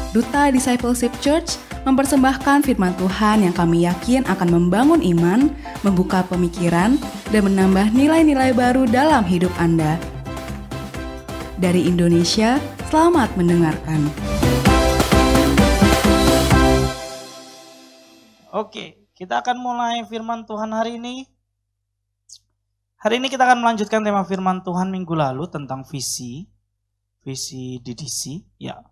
Duta Discipleship Church mempersembahkan firman Tuhan yang kami yakin akan membangun iman, membuka pemikiran, dan menambah nilai-nilai baru dalam hidup Anda. Dari Indonesia, selamat mendengarkan. Oke, kita akan mulai firman Tuhan hari ini. Hari ini kita akan melanjutkan tema firman Tuhan minggu lalu tentang visi DDC. Ya,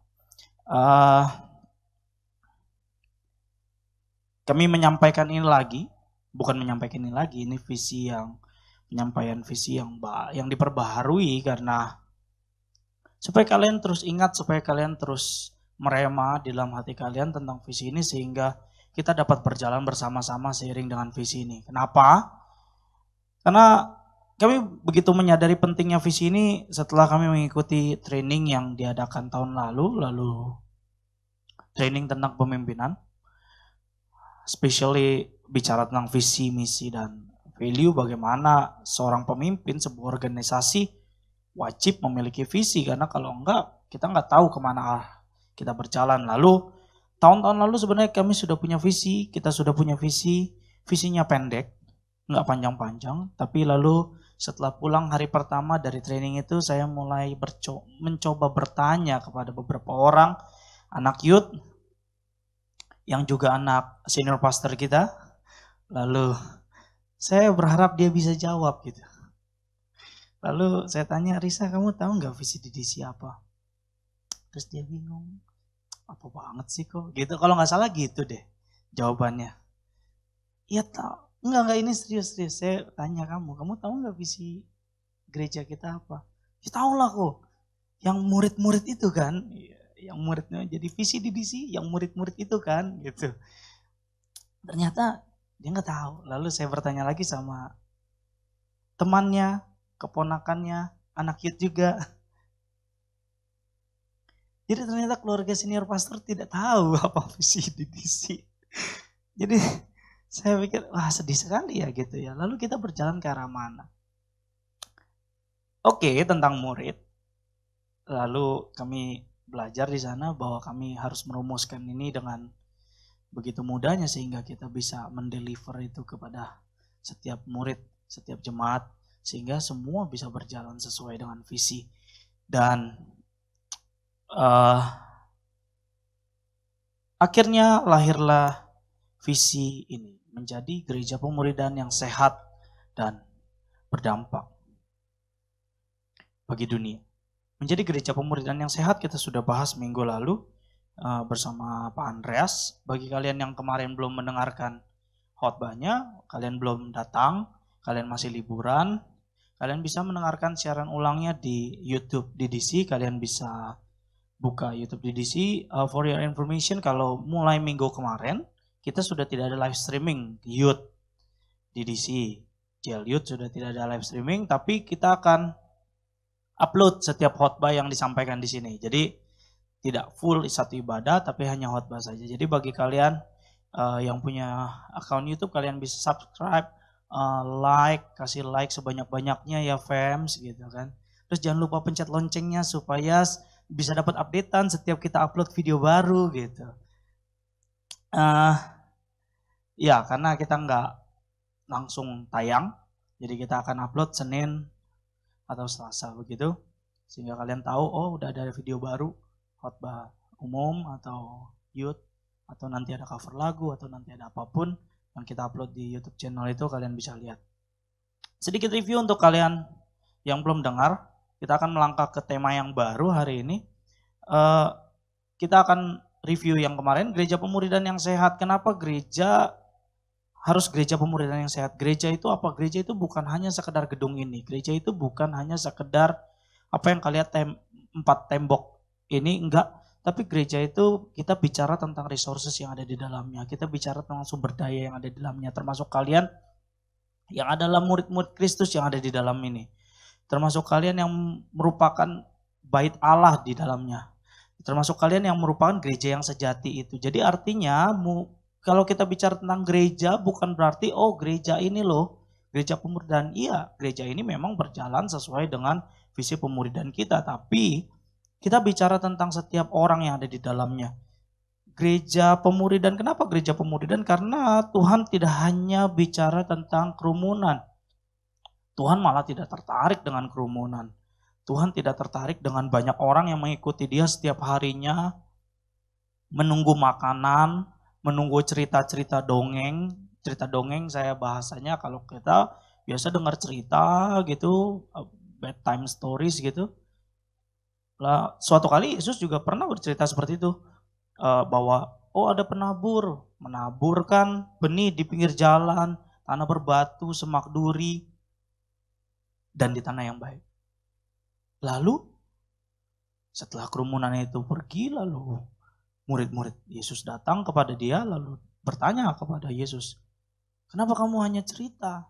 kami menyampaikan ini lagi, ini visi yang penyampaian visi yang diperbaharui karena supaya kalian terus ingat, supaya kalian terus merema di dalam hati kalian tentang visi ini sehingga kita dapat berjalan bersama-sama seiring dengan visi ini. Kenapa? Karena kami begitu menyadari pentingnya visi ini setelah kami mengikuti training yang diadakan tahun lalu training tentang pemimpinan, especially bicara tentang visi, misi, dan value, bagaimana seorang pemimpin sebuah organisasi wajib memiliki visi, karena kalau enggak, kita nggak tahu kemana kita berjalan. Lalu, tahun-tahun lalu sebenarnya kami sudah punya visi, kita sudah punya visinya pendek, nggak panjang-panjang, tapi lalu setelah pulang hari pertama dari training itu, saya mulai mencoba bertanya kepada beberapa orang, anak youth, yang juga anak senior pastor kita. Lalu saya berharap dia bisa jawab gitu. Lalu saya tanya, Risa, kamu tahu nggak visi DDC apa? Terus dia bingung, apa banget sih kok? Gitu, kalau nggak salah gitu deh jawabannya. Iya tahu. Enggak, ini serius. Saya tanya kamu tahu nggak visi gereja kita apa? Ya tahu lah kok. Yang murid-murid itu kan, yang muridnya jadi visi DDC, yang murid-murid itu kan, gitu. Ternyata dia nggak tahu. Lalu saya bertanya lagi sama temannya, keponakannya, anak youth juga. Jadi ternyata keluarga senior pastor tidak tahu apa visi DDC. Jadi saya pikir, wah sedih sekali ya gitu ya. Lalu kita berjalan ke arah mana? Oke, tentang murid. Lalu kami belajar di sana bahwa kami harus merumuskan ini dengan begitu mudahnya sehingga kita bisa mendeliver itu kepada setiap murid, setiap jemaat, sehingga semua bisa berjalan sesuai dengan visi. Dan akhirnya lahirlah visi ini, menjadi gereja pemuridan yang sehat dan berdampak bagi dunia. Menjadi gereja pemuridan yang sehat kita sudah bahas minggu lalu bersama Pak Andreas. Bagi kalian yang kemarin belum mendengarkan khotbahnya, kalian belum datang, kalian masih liburan, kalian bisa mendengarkan siaran ulangnya di YouTube DDC. Kalian bisa buka YouTube DDC. For your information, kalau mulai minggu kemarin, kita sudah tidak ada live streaming di Youth DDC. JL Youth sudah tidak ada live streaming, tapi kita akan upload setiap khotbah yang disampaikan di sini. Jadi tidak full satu ibadah, tapi hanya khotbah saja. Jadi bagi kalian yang punya akun YouTube, kalian bisa subscribe, kasih like sebanyak-banyaknya ya fams gitu kan. Terus jangan lupa pencet loncengnya supaya bisa dapat updatean setiap kita upload video baru gitu. Ya karena kita nggak langsung tayang, jadi kita akan upload Senin atau Selasa begitu, sehingga kalian tahu oh udah ada video baru khotbah umum atau youth, atau nanti ada cover lagu, atau nanti ada apapun yang kita upload di YouTube channel itu, kalian bisa lihat. Sedikit review untuk kalian yang belum dengar, kita akan melangkah ke tema yang baru hari ini. Kita akan review yang kemarin, gereja pemuridan yang sehat. Kenapa harus gereja pemuridan yang sehat? Gereja itu apa? Gereja itu bukan hanya sekedar gedung ini. Gereja itu bukan hanya sekedar apa yang kalian 4 tembok ini, enggak. Tapi gereja itu kita bicara tentang resources yang ada di dalamnya. Kita bicara tentang sumber daya yang ada di dalamnya. Termasuk kalian yang adalah murid-murid Kristus yang ada di dalam ini. Termasuk kalian yang merupakan bait Allah di dalamnya. Termasuk kalian yang merupakan gereja yang sejati itu. Jadi artinya kalau kita bicara tentang gereja bukan berarti oh gereja ini loh, gereja pemuridan. Iya, gereja ini memang berjalan sesuai dengan visi pemuridan kita. Tapi kita bicara tentang setiap orang yang ada di dalamnya. gereja pemuridan. Kenapa gereja pemuridan? Karena Tuhan tidak hanya bicara tentang kerumunan. Tuhan malah tidak tertarik dengan kerumunan. Tuhan tidak tertarik dengan banyak orang yang mengikuti dia setiap harinya, menunggu makanan, menunggu cerita-cerita dongeng. Cerita dongeng saya bahasanya kalau kita biasa dengar cerita gitu, bedtime stories gitu. Lah, suatu kali Yesus juga pernah bercerita seperti itu. Bahwa ada penabur, menaburkan benih di pinggir jalan, tanah berbatu, semak duri, dan di tanah yang baik. Lalu setelah kerumunan itu pergi, lalu murid-murid Yesus datang kepada dia, lalu bertanya kepada Yesus, kenapa kamu hanya cerita?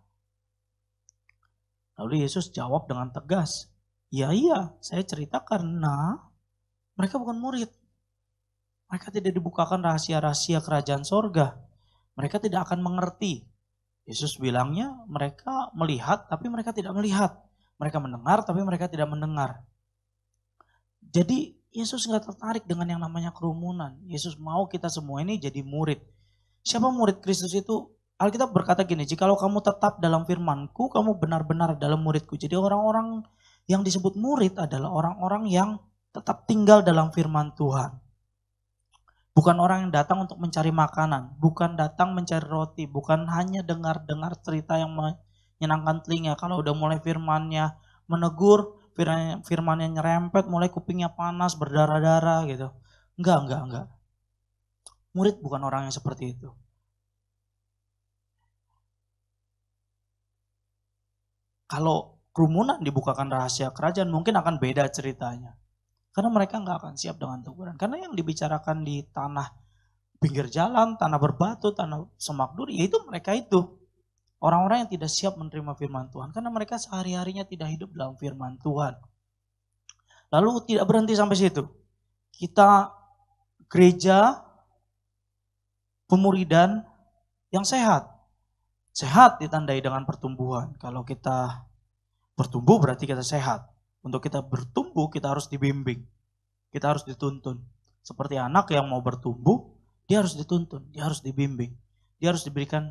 Lalu Yesus jawab dengan tegas, iya, saya cerita karena mereka bukan murid. Mereka tidak dibukakan rahasia-rahasia kerajaan sorga. Mereka tidak akan mengerti. Yesus bilangnya mereka melihat tapi mereka tidak melihat. Mereka mendengar tapi mereka tidak mendengar. Jadi Yesus gak tertarik dengan yang namanya kerumunan. Yesus mau kita semua ini jadi murid. Siapa murid Kristus itu? Alkitab berkata gini, jikalau kamu tetap dalam firman-Ku, kamu benar-benar dalam murid-Ku. Jadi orang-orang yang disebut murid adalah orang-orang yang tetap tinggal dalam firman Tuhan. Bukan orang yang datang untuk mencari makanan, bukan datang mencari roti, bukan hanya dengar-dengar cerita yang menyenangkan telinga. Kalau udah mulai firmannya menegur, firmannya nyerempet, mulai kupingnya panas, berdarah-darah gitu. Enggak. Murid bukan orang yang seperti itu. Kalau kerumunan dibukakan rahasia kerajaan mungkin akan beda ceritanya. Karena mereka nggak akan siap dengan teguran. Karena yang dibicarakan di tanah pinggir jalan, tanah berbatu, tanah semak duri, yaitu mereka itu. Orang-orang yang tidak siap menerima firman Tuhan. Karena mereka sehari-harinya tidak hidup dalam firman Tuhan. Lalu tidak berhenti sampai situ. Kita gereja pemuridan yang sehat. Sehat ditandai dengan pertumbuhan. Kalau kita bertumbuh berarti kita sehat. Untuk kita bertumbuh kita harus dibimbing, kita harus dituntun. Seperti anak yang mau bertumbuh, dia harus dituntun, dia harus dibimbing. Dia harus diberikan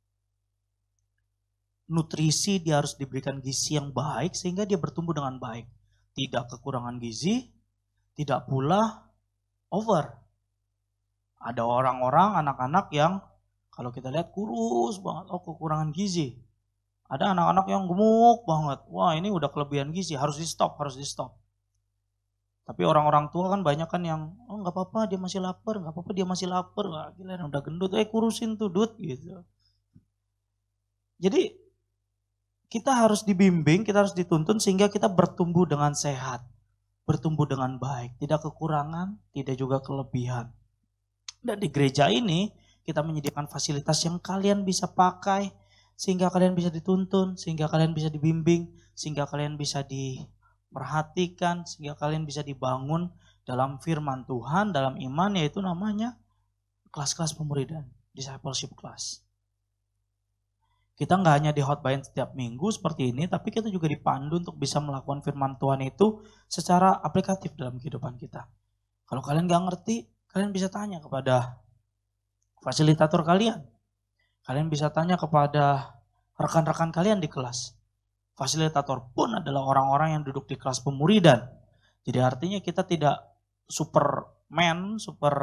nutrisi, dia harus diberikan gizi yang baik sehingga dia bertumbuh dengan baik. Tidak kekurangan gizi, tidak pula over. Ada orang-orang, anak-anak yang kalau kita lihat kurus banget, kekurangan gizi. Ada anak-anak yang gemuk banget. Wah, ini udah kelebihan gizi, harus di stop. Tapi orang-orang tua kan banyak kan yang, nggak apa-apa dia masih lapar, Wah, gila udah gendut, kurusin tuh dut gitu. Jadi kita harus dibimbing, kita harus dituntun sehingga kita bertumbuh dengan sehat, bertumbuh dengan baik, tidak kekurangan, tidak juga kelebihan. Dan di gereja ini kita menyediakan fasilitas yang kalian bisa pakai, sehingga kalian bisa dituntun, sehingga kalian bisa dibimbing, sehingga kalian bisa diperhatikan, sehingga kalian bisa dibangun dalam firman Tuhan, dalam iman, yaitu namanya kelas-kelas pemuridan, discipleship class. Kita nggak hanya dihotbahin setiap minggu seperti ini, tapi kita juga dipandu untuk bisa melakukan firman Tuhan itu secara aplikatif dalam kehidupan kita. Kalau kalian nggak ngerti, kalian bisa tanya kepada fasilitator kalian. Kalian bisa tanya kepada rekan-rekan kalian di kelas. Fasilitator pun adalah orang-orang yang duduk di kelas pemuridan. Jadi artinya kita tidak superman,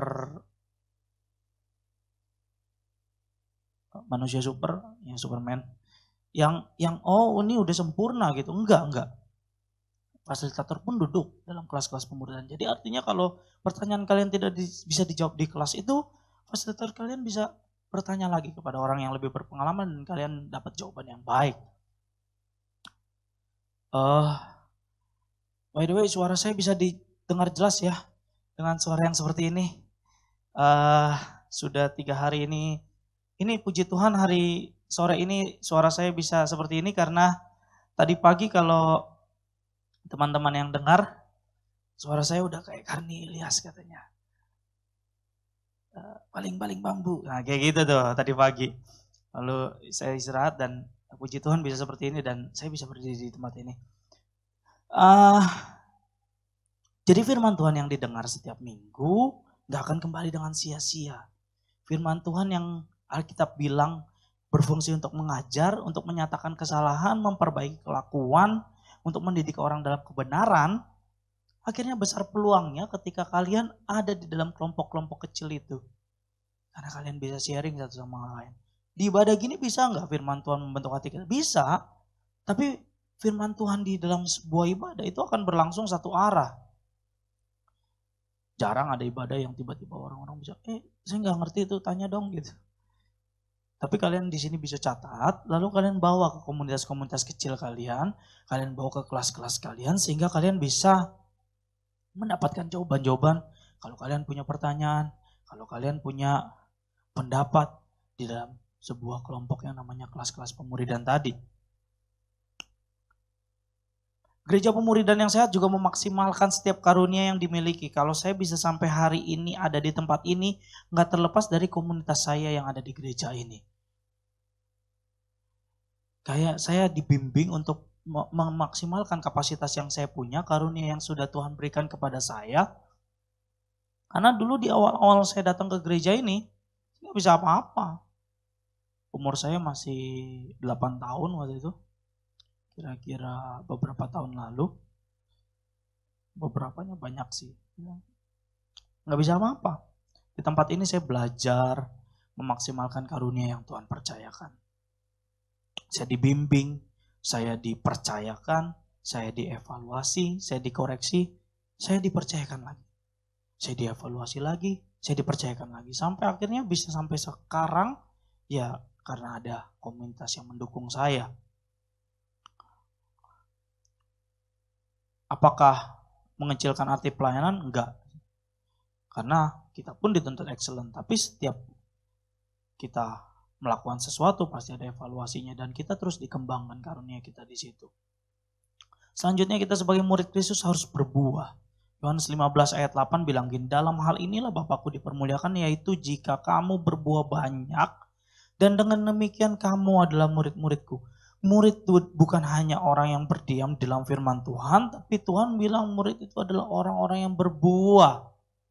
manusia Superman. Yang ini udah sempurna gitu. Enggak. Fasilitator pun duduk dalam kelas-kelas pemuridan. Jadi artinya kalau pertanyaan kalian tidak bisa dijawab di kelas itu, fasilitator kalian bisa bertanya lagi kepada orang yang lebih berpengalaman dan kalian dapat jawaban yang baik. By the way, suara saya bisa didengar jelas ya dengan suara yang seperti ini. Sudah 3 hari ini puji Tuhan hari sore ini suara saya bisa seperti ini karena tadi pagi kalau teman-teman yang dengar suara saya udah kayak Karnilias katanya. Baling-baling bambu. Nah kayak gitu tuh tadi pagi. Lalu saya istirahat dan puji Tuhan bisa seperti ini dan saya bisa berdiri di tempat ini. Jadi firman Tuhan yang didengar setiap minggu Gak akan kembali dengan sia-sia. Firman Tuhan yang Alkitab bilang berfungsi untuk mengajar, untuk menyatakan kesalahan, memperbaiki kelakuan, untuk mendidik orang dalam kebenaran. Akhirnya besar peluangnya ketika kalian ada di dalam kelompok-kelompok kecil itu. Karena kalian bisa sharing satu sama lain. Di ibadah gini bisa nggak firman Tuhan membentuk hati kita? Bisa. Tapi firman Tuhan di dalam sebuah ibadah itu akan berlangsung satu arah. Jarang ada ibadah yang tiba-tiba orang-orang bisa, saya nggak ngerti itu, tanya dong gitu. Tapi kalian di sini bisa catat, lalu kalian bawa ke komunitas-komunitas kecil kalian bawa ke kelas-kelas kalian, sehingga kalian bisa mendapatkan jawaban-jawaban. Kalau kalian punya pertanyaan, kalau kalian punya pendapat di dalam sebuah kelompok yang namanya kelas-kelas pemuridan tadi. Gereja pemuridan yang sehat juga memaksimalkan setiap karunia yang dimiliki. Kalau saya bisa sampai hari ini ada di tempat ini, nggak terlepas dari komunitas saya yang ada di gereja ini. Kayak saya dibimbing untuk memaksimalkan kapasitas yang saya punya, karunia yang sudah Tuhan berikan kepada saya. Karena dulu di awal-awal saya datang ke gereja ini, nggak bisa apa-apa. Umur saya masih 8 tahun waktu itu. Kira-kira beberapa tahun lalu. Beberapanya banyak sih. Nggak bisa apa-apa. Di tempat ini saya belajar memaksimalkan karunia yang Tuhan percayakan. Saya dibimbing, saya dipercayakan, saya dievaluasi, saya dikoreksi, saya dipercayakan lagi. Saya dievaluasi lagi, saya dipercayakan lagi. Sampai akhirnya bisa sampai sekarang, ya karena ada komunitas yang mendukung saya. Apakah mengecilkan arti pelayanan? Enggak. Karena kita pun dituntut excellent. Tapi setiap kita melakukan sesuatu pasti ada evaluasinya. Dan kita terus dikembangkan karunia kita di situ. Selanjutnya kita sebagai murid Kristus harus berbuah. Yohanes 15 ayat 8 bilang gini, dalam hal inilah Bapakku dipermuliakan, yaitu jika kamu berbuah banyak, dan dengan demikian kamu adalah murid-muridku. Murid itu bukan hanya orang yang berdiam dalam firman Tuhan, tapi Tuhan bilang murid itu adalah orang-orang yang berbuah.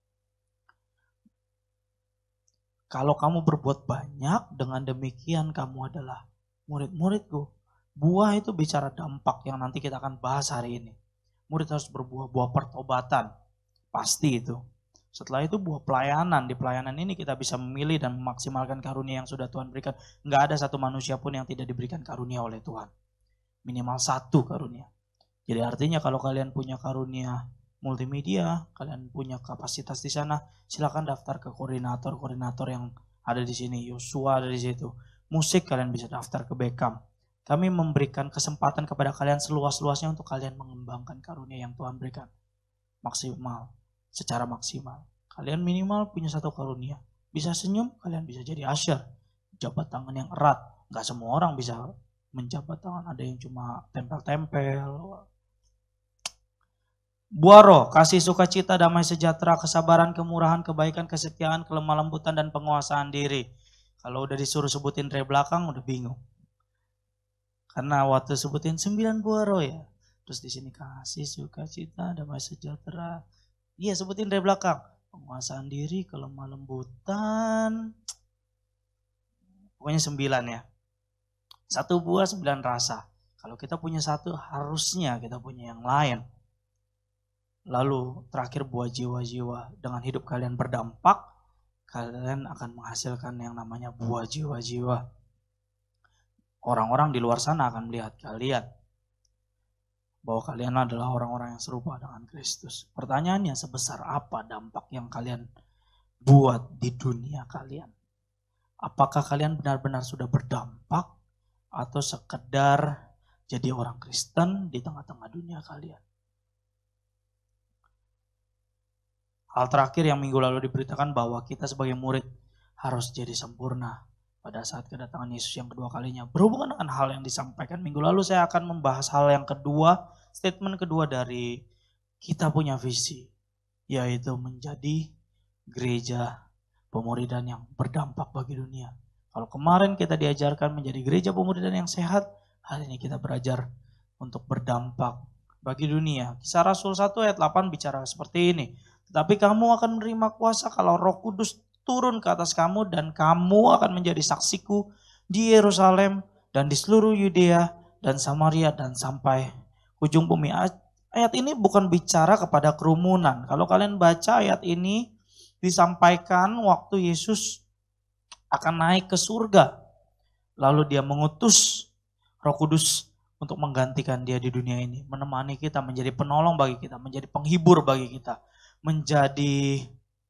Kalau kamu berbuat banyak, dengan demikian kamu adalah murid-muridku. Buah itu bicara dampak yang nanti kita akan bahas hari ini. Murid harus berbuah, buah pertobatan. Pasti itu. Setelah itu buah pelayanan. Di pelayanan ini kita bisa memilih dan memaksimalkan karunia yang sudah Tuhan berikan. Nggak ada satu manusia pun yang tidak diberikan karunia oleh Tuhan. Minimal satu karunia. Jadi artinya kalau kalian punya karunia multimedia, kalian punya kapasitas di sana, silakan daftar ke koordinator-koordinator yang ada di sini. Yosua ada di situ. Musik kalian bisa daftar ke Beckham. Kami memberikan kesempatan kepada kalian seluas-luasnya untuk kalian mengembangkan karunia yang Tuhan berikan. Maksimal. Secara maksimal. Kalian minimal punya satu karunia. Bisa senyum, kalian bisa jadi usher. Jabat tangan yang erat. Gak semua orang bisa menjabat tangan. Ada yang cuma tempel-tempel. Buah roh, kasih, sukacita, damai sejahtera, kesabaran, kemurahan, kebaikan, kesetiaan, kelemah lembutan, dan penguasaan diri. Kalau udah disuruh sebutin dari belakang, udah bingung. Karena waktu sebutin 9 buah roh ya. Terus di sini kasih, sukacita, damai sejahtera. Iya, sebutin dari belakang. Penguasaan diri, kelemah lembutan. Pokoknya 9 ya. 1 buah 9 rasa. Kalau kita punya 1, harusnya kita punya yang lain. Lalu terakhir buah jiwa-jiwa. Dengan hidup kalian berdampak, kalian akan menghasilkan yang namanya buah jiwa-jiwa. Orang-orang di luar sana akan melihat kalian. Bahwa kalian adalah orang-orang yang serupa dengan Kristus. Pertanyaannya, sebesar apa dampak yang kalian buat di dunia kalian? Apakah kalian benar-benar sudah berdampak atau sekedar jadi orang Kristen di tengah-tengah dunia kalian? Hal terakhir yang minggu lalu diberitakan bahwa kita sebagai murid harus jadi sempurna pada saat kedatangan Yesus yang kedua kalinya. Berhubungan dengan hal yang disampaikan minggu lalu, saya akan membahas hal yang kedua, statement kedua dari kita punya visi, yaitu menjadi gereja pemuridan yang berdampak bagi dunia. Kalau kemarin kita diajarkan menjadi gereja pemuridan yang sehat, hari ini kita belajar untuk berdampak bagi dunia. Kisah Rasul 1 ayat 8 bicara seperti ini. Tapi kamu akan menerima kuasa kalau Roh Kudus turun ke atas kamu dan kamu akan menjadi saksiku di Yerusalem dan di seluruh Yudea dan Samaria dan sampai ujung bumi. Ayat ini bukan bicara kepada kerumunan. Kalau kalian baca ayat ini disampaikan waktu Yesus akan naik ke surga. Lalu dia mengutus Roh Kudus untuk menggantikan dia di dunia ini. Menemani kita, menjadi penolong bagi kita, menjadi penghibur bagi kita. Menjadi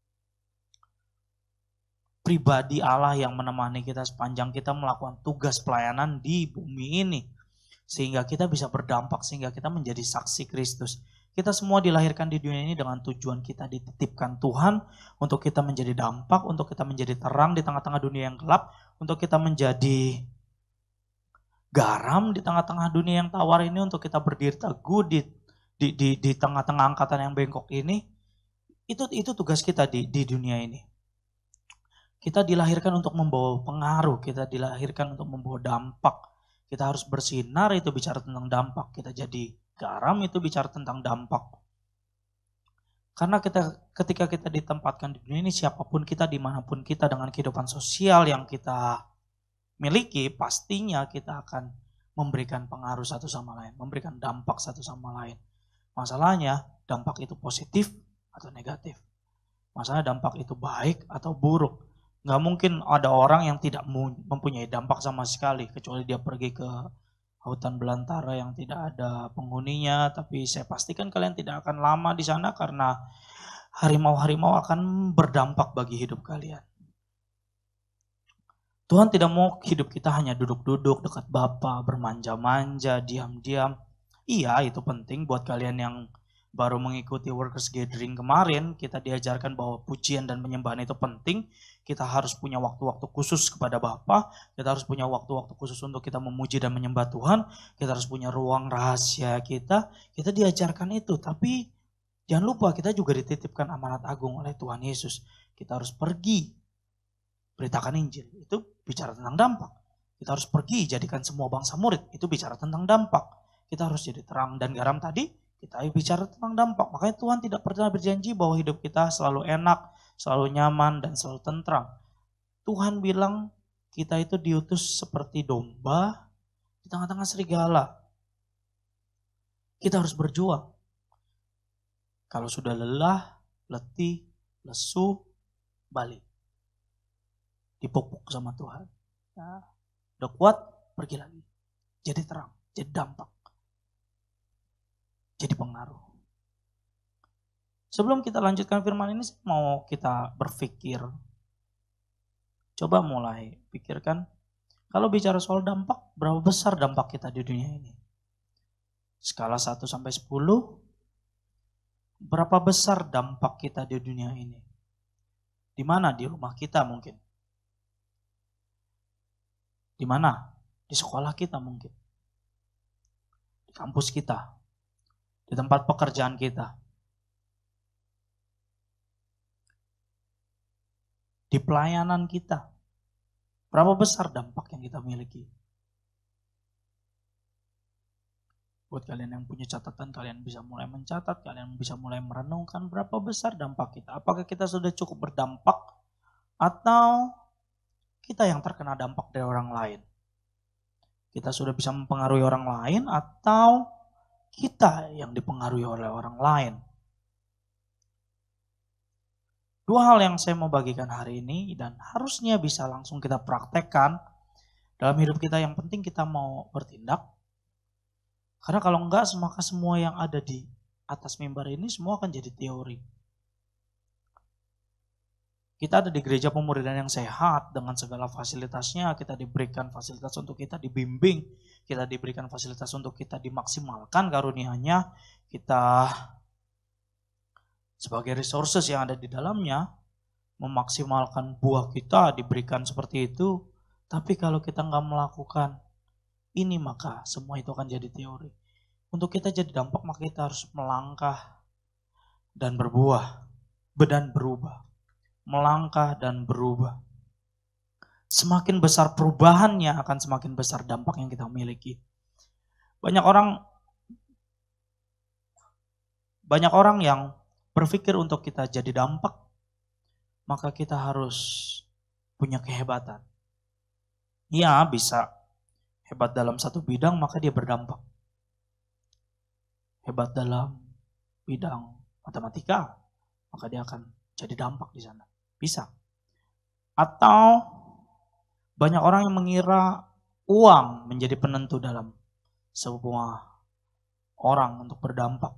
pribadi Allah yang menemani kita sepanjang kita melakukan tugas pelayanan di bumi ini. Sehingga kita bisa berdampak, sehingga kita menjadi saksi Kristus. Kita semua dilahirkan di dunia ini dengan tujuan kita dititipkan Tuhan untuk kita menjadi dampak, untuk kita menjadi terang di tengah-tengah dunia yang gelap, untuk kita menjadi garam di tengah-tengah dunia yang tawar ini, untuk kita berdiri teguh di tengah-tengah angkatan yang bengkok ini. Itu tugas kita di dunia ini. Kita dilahirkan untuk membawa pengaruh, kita dilahirkan untuk membawa dampak. Kita harus bersinar, itu bicara tentang dampak. Kita jadi garam, itu bicara tentang dampak. Karena ketika kita ditempatkan di dunia ini, siapapun kita, dimanapun kita, dengan kehidupan sosial yang kita miliki, pastinya kita akan memberikan pengaruh satu sama lain, memberikan dampak satu sama lain. Masalahnya, dampak itu positif atau negatif. Masalah dampak itu baik atau buruk. Nggak mungkin ada orang yang tidak mempunyai dampak sama sekali, kecuali dia pergi ke hutan belantara yang tidak ada penghuninya. Tapi saya pastikan kalian tidak akan lama di sana karena harimau-harimau akan berdampak bagi hidup kalian. Tuhan tidak mau hidup kita hanya duduk-duduk dekat Bapa, bermanja-manja, diam-diam. Iya, itu penting buat kalian yang baru mengikuti workers gathering kemarin. Kita diajarkan bahwa pujian dan penyembahan itu penting. Kita harus punya waktu-waktu khusus kepada Bapa. Kita harus punya waktu-waktu khusus untuk kita memuji dan menyembah Tuhan. Kita harus punya ruang rahasia kita. Kita diajarkan itu. Tapi jangan lupa kita juga dititipkan amanat agung oleh Tuhan Yesus. Kita harus pergi beritakan Injil. Itu bicara tentang dampak. Kita harus pergi jadikan semua bangsa murid. Itu bicara tentang dampak. Kita harus jadi terang dan garam tadi. Kita bicara tentang dampak. Makanya Tuhan tidak pernah berjanji bahwa hidup kita selalu enak, selalu nyaman, dan selalu tentram. Tuhan bilang kita itu diutus seperti domba di tengah-tengah serigala. Kita harus berjuang. Kalau sudah lelah, letih, lesu, balik. Dipupuk sama Tuhan. Ya, udah kuat, pergi lagi. Jadi terang, jadi dampak. Jadi pengaruh. Sebelum kita lanjutkan firman ini, mau kita berpikir. Coba mulai pikirkan, kalau bicara soal dampak, berapa besar dampak kita di dunia ini? Skala 1 sampai 10, berapa besar dampak kita di dunia ini? Di mana? Di rumah kita mungkin. Di mana? Di sekolah kita mungkin. Di kampus kita. Di tempat pekerjaan kita. Di pelayanan kita. Berapa besar dampak yang kita miliki? Buat kalian yang punya catatan, kalian bisa mulai mencatat, kalian bisa mulai merenungkan berapa besar dampak kita. Apakah kita sudah cukup berdampak atau kita yang terkena dampak dari orang lain? Kita sudah bisa mempengaruhi orang lain atau kita yang dipengaruhi oleh orang lain? Dua hal yang saya mau bagikan hari ini dan harusnya bisa langsung kita praktekkan dalam hidup kita. Yang penting kita mau bertindak. Karena kalau enggak, maka semua yang ada di atas mimbar ini semua akan jadi teori. Kita ada di gereja pemuridan yang sehat dengan segala fasilitasnya. Kita diberikan fasilitas untuk kita dibimbing. Kita diberikan fasilitas untuk kita dimaksimalkan karunia-Nya. Kita sebagai resources yang ada di dalamnya memaksimalkan buah kita diberikan seperti itu. Tapi kalau kita nggak melakukan ini, maka semua itu akan jadi teori. Untuk kita jadi dampak, maka kita harus melangkah dan berbuah dan berubah. Melangkah dan berubah. Semakin besar perubahannya akan semakin besar dampak yang kita miliki. Banyak orang yang berpikir untuk kita jadi dampak, maka kita harus punya kehebatan. Iya, bisa hebat dalam satu bidang, maka dia berdampak. Hebat dalam bidang matematika, maka dia akan jadi dampak di sana. Bisa. Atau banyak orang yang mengira uang menjadi penentu dalam sebuah orang untuk berdampak.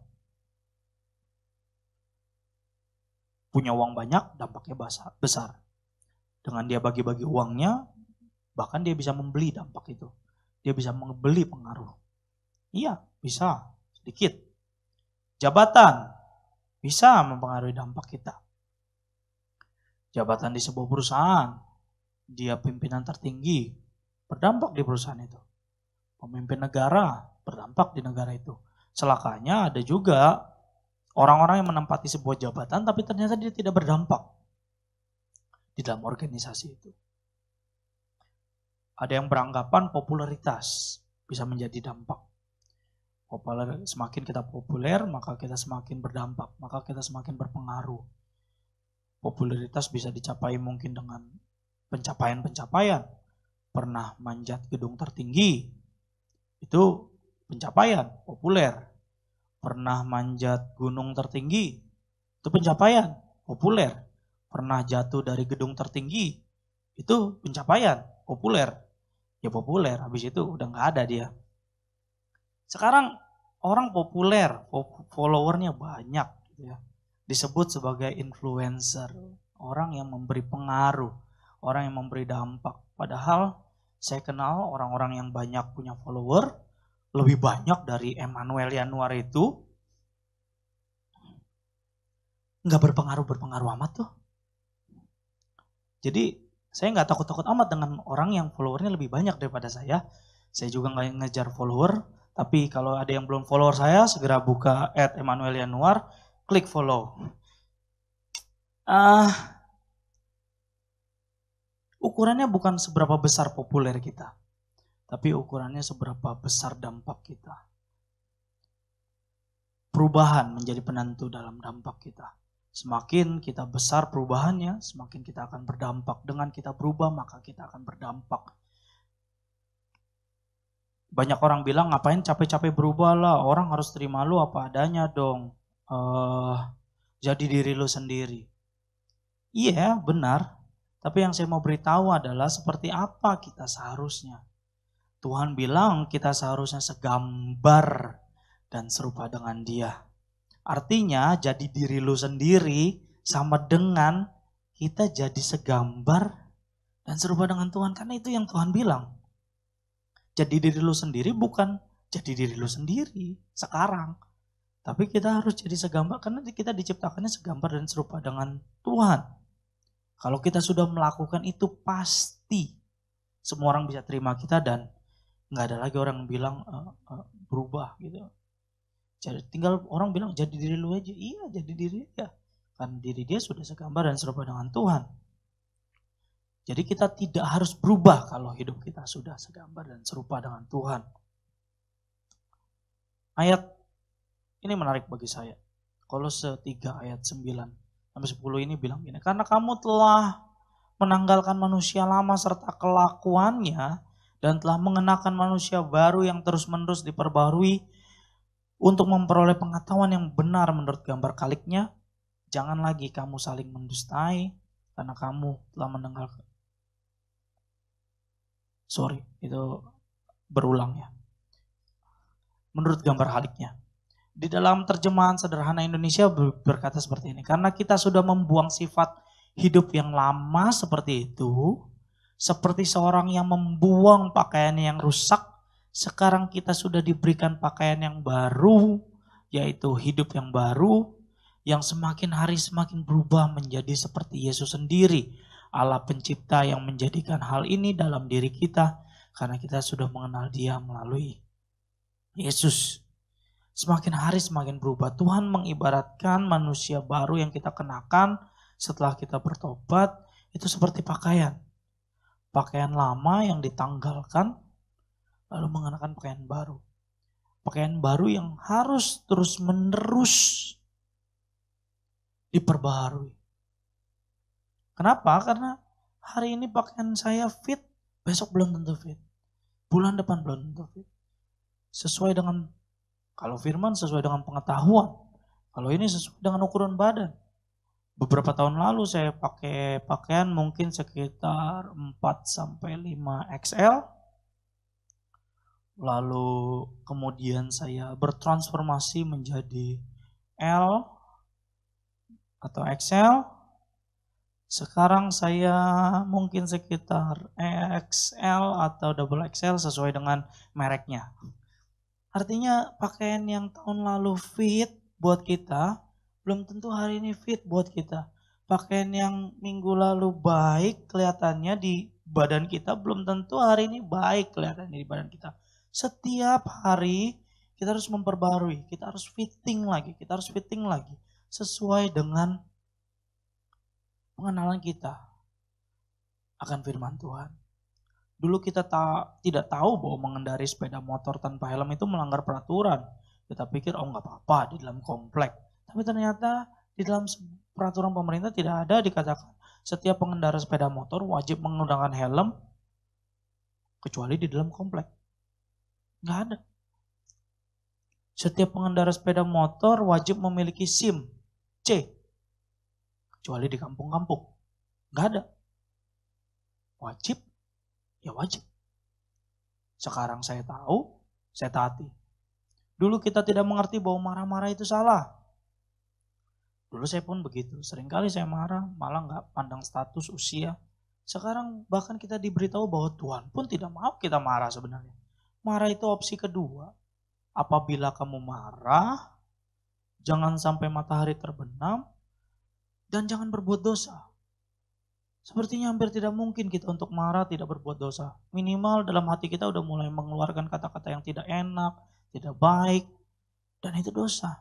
Punya uang banyak, dampaknya besar. Dengan dia bagi-bagi uangnya, bahkan dia bisa membeli dampak itu. Dia bisa membeli pengaruh. Iya, bisa. Sedikit. Jabatan bisa mempengaruhi dampak kita. Jabatan di sebuah perusahaan, dia pimpinan tertinggi, berdampak di perusahaan itu. Pemimpin negara, berdampak di negara itu. Celakanya ada juga orang-orang yang menempati sebuah jabatan, tapi ternyata dia tidak berdampak di dalam organisasi itu. Ada yang beranggapan popularitas bisa menjadi dampak. Semakin kita populer, maka kita semakin berdampak, maka kita semakin berpengaruh. Popularitas bisa dicapai mungkin dengan pencapaian-pencapaian. Pernah manjat gedung tertinggi, itu pencapaian, populer. Pernah manjat gunung tertinggi, itu pencapaian, populer. Pernah jatuh dari gedung tertinggi, itu pencapaian, populer. Ya populer, habis itu udah gak ada dia. Sekarang orang populer, followernya banyak gitu ya. Disebut sebagai influencer, orang yang memberi pengaruh, orang yang memberi dampak. Padahal saya kenal orang-orang yang banyak punya follower, lebih banyak dari Emmanuel Yanuar itu, nggak berpengaruh amat tuh. Jadi saya nggak takut-takut amat dengan orang yang followernya lebih banyak daripada saya. Saya juga nggak ngejar follower. Tapi kalau ada yang belum follower saya, segera buka @Emmanuel_Yanuar, klik follow. Ukurannya bukan seberapa besar populer kita, tapi ukurannya seberapa besar dampak kita. Perubahan menjadi penentu dalam dampak kita. Semakin kita besar perubahannya, semakin kita akan berdampak. Dengan kita berubah, maka kita akan berdampak. Banyak orang bilang, ngapain capek-capek berubah lah, orang harus terima lu apa adanya dong. Jadi diri lu sendiri. Iya, benar. Tapi yang saya mau beritahu adalah seperti apa kita seharusnya. Tuhan bilang kita seharusnya segambar dan serupa dengan Dia. Artinya jadi diri lu sendiri sama dengan kita jadi segambar dan serupa dengan Tuhan. Karena itu yang Tuhan bilang. Jadi diri lu sendiri bukan jadi diri lu sendiri sekarang. Tapi kita harus jadi segambar karena kita diciptakannya segambar dan serupa dengan Tuhan. Kalau kita sudah melakukan itu pasti semua orang bisa terima kita dan nggak ada lagi orang yang bilang berubah gitu. Jadi tinggal orang bilang jadi diri lu aja. Iya, jadi diri dia. Karena diri dia sudah segambar dan serupa dengan Tuhan. Jadi kita tidak harus berubah kalau hidup kita sudah segambar dan serupa dengan Tuhan. Ayat ini menarik bagi saya. Kolose 3 ayat 9 sampai 10 ini bilang gini. Karena kamu telah menanggalkan manusia lama serta kelakuannya dan telah mengenakan manusia baru yang terus-menerus diperbarui untuk memperoleh pengetahuan yang benar menurut gambar kaliknya. Jangan lagi kamu saling mendustai karena kamu telah mendengar. Itu berulang ya. Menurut gambar haliknya. Di dalam terjemahan sederhana Indonesia berkata seperti ini. Karena kita sudah membuang sifat hidup yang lama seperti itu. Seperti seorang yang membuang pakaian yang rusak. Sekarang kita sudah diberikan pakaian yang baru. Yaitu hidup yang baru. Yang semakin hari semakin berubah menjadi seperti Yesus sendiri. Allah pencipta yang menjadikan hal ini dalam diri kita. Karena kita sudah mengenal Dia melalui Yesus. Semakin hari semakin berubah. Tuhan mengibaratkan manusia baru yang kita kenakan setelah kita bertobat. Itu seperti pakaian. Pakaian lama yang ditanggalkan lalu mengenakan pakaian baru. Pakaian baru yang harus terus menerus diperbaharui. Kenapa? Karena hari ini pakaian saya fit, besok belum tentu fit. Bulan depan belum tentu fit. Sesuai dengan, kalau firman sesuai dengan pengetahuan. Kalau ini sesuai dengan ukuran badan. Beberapa tahun lalu saya pakai pakaian mungkin sekitar 4-5 XL. Lalu kemudian saya bertransformasi menjadi L atau XL. Sekarang saya mungkin sekitar XL atau double XL sesuai dengan mereknya. Artinya pakaian yang tahun lalu fit buat kita, belum tentu hari ini fit buat kita. Pakaian yang minggu lalu baik kelihatannya di badan kita, belum tentu hari ini baik kelihatannya di badan kita. Setiap hari kita harus memperbarui, kita harus fitting lagi, sesuai dengan pengenalan kita akan firman Tuhan. Dulu kita tidak tahu bahwa mengendarai sepeda motor tanpa helm itu melanggar peraturan. Kita pikir oh nggak apa-apa di dalam komplek. Tapi ternyata di dalam peraturan pemerintah tidak ada dikatakan setiap pengendara sepeda motor wajib menggunakan helm kecuali di dalam komplek. Nggak ada. Setiap pengendara sepeda motor wajib memiliki SIM C. Kecuali di kampung-kampung. Nggak ada. Wajib, ya wajib. Sekarang saya tahu, saya taati. Dulu kita tidak mengerti bahwa marah-marah itu salah. Dulu saya pun begitu. Seringkali saya marah, malah nggak pandang status usia. Sekarang bahkan kita diberitahu bahwa Tuhan pun tidak mau kita marah sebenarnya. Marah itu opsi kedua. Apabila kamu marah, jangan sampai matahari terbenam, dan jangan berbuat dosa. Sepertinya hampir tidak mungkin kita untuk marah tidak berbuat dosa. Minimal dalam hati kita udah mulai mengeluarkan kata-kata yang tidak enak, tidak baik, dan itu dosa.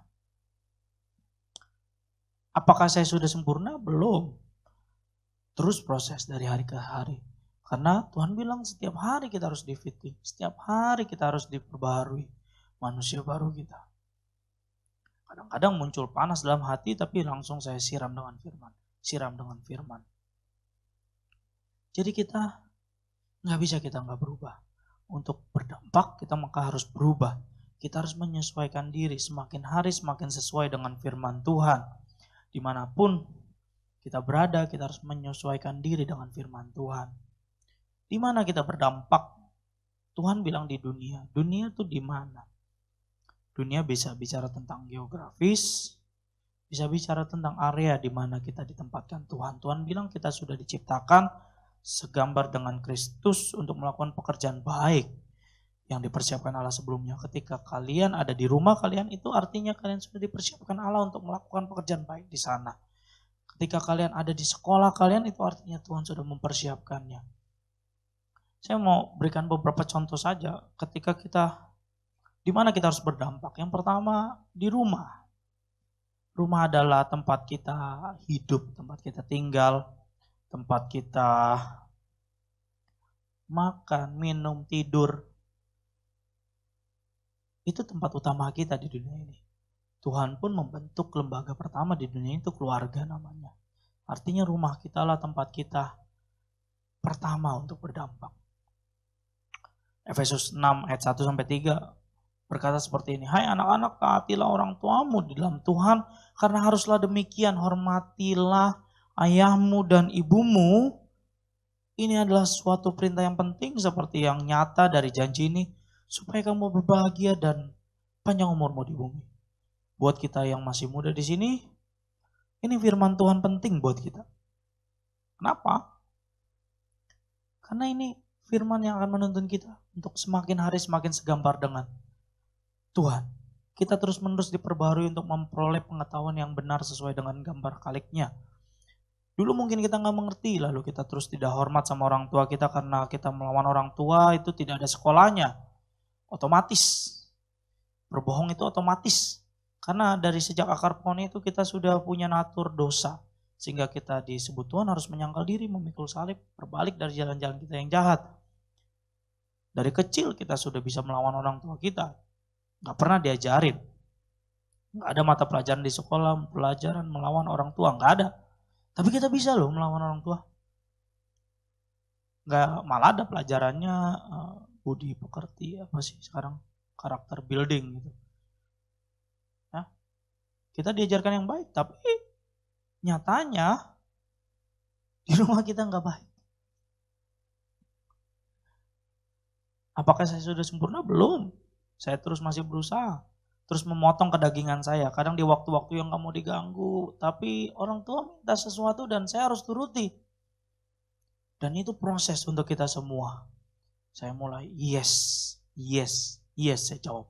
Apakah saya sudah sempurna? Belum. Terus proses dari hari ke hari. Karena Tuhan bilang setiap hari kita harus di-fitting, setiap hari kita harus diperbaharui manusia baru kita. Kadang-kadang muncul panas dalam hati tapi langsung saya siram dengan firman. Jadi kita nggak bisa kita nggak berubah. Untuk berdampak kita maka harus berubah. Kita harus menyesuaikan diri semakin hari semakin sesuai dengan firman Tuhan. Dimanapun kita berada kita harus menyesuaikan diri dengan firman Tuhan. Di mana kita berdampak? Tuhan bilang di dunia. Dunia itu di mana? Dunia bisa bicara tentang geografis, bisa bicara tentang area di mana kita ditempatkan Tuhan. Tuhan bilang kita sudah diciptakan segambar dengan Kristus untuk melakukan pekerjaan baik yang dipersiapkan Allah sebelumnya. Ketika kalian ada di rumah kalian itu artinya kalian sudah dipersiapkan Allah untuk melakukan pekerjaan baik di sana. Ketika kalian ada di sekolah kalian itu artinya Tuhan sudah mempersiapkannya. Saya mau berikan beberapa contoh saja ketika kita, di mana kita harus berdampak. Yang pertama di rumah. Rumah adalah tempat kita hidup, tempat kita tinggal, tempat kita makan, minum, tidur. Itu tempat utama kita di dunia ini. Tuhan pun membentuk lembaga pertama di dunia itu keluarga namanya. Artinya rumah kita lah tempat kita pertama untuk berdampak. Efesus 6 ayat 1-3 berkata seperti ini. Hai anak-anak, taatilah orang tuamu di dalam Tuhan, karena haruslah demikian, hormatilah ayahmu dan ibumu. Ini adalah suatu perintah yang penting seperti yang nyata dari janji ini, supaya kamu berbahagia dan panjang umurmu di bumi. Buat kita yang masih muda di sini, ini firman Tuhan penting buat kita. Kenapa? Karena ini firman yang akan menuntun kita untuk semakin hari semakin segambar dengan Tuhan. Kita terus-menerus diperbarui untuk memperoleh pengetahuan yang benar sesuai dengan gambar kaliknya. Dulu mungkin kita nggak mengerti, lalu kita terus tidak hormat sama orang tua kita karena kita melawan orang tua itu tidak ada sekolahnya. Otomatis. Berbohong itu otomatis. Karena dari sejak akar pohon itu kita sudah punya natur dosa. Sehingga kita disebut Tuhan harus menyangkal diri, memikul salib, berbalik dari jalan-jalan kita yang jahat. Dari kecil kita sudah bisa melawan orang tua kita. Gak pernah diajarin. Nggak ada mata pelajaran di sekolah, pelajaran melawan orang tua, nggak ada. Tapi kita bisa loh melawan orang tua. Nggak, malah ada pelajarannya budi pekerti, apa sih sekarang, karakter building gitu. Nah, kita diajarkan yang baik, tapi nyatanya di rumah kita nggak baik. Apakah saya sudah sempurna? Belum. Saya terus masih berusaha. Terus memotong kedagingan saya. Kadang di waktu-waktu yang gak mau diganggu. Tapi orang tua minta sesuatu dan saya harus turuti. Dan itu proses untuk kita semua. Saya mulai yes, saya jawab.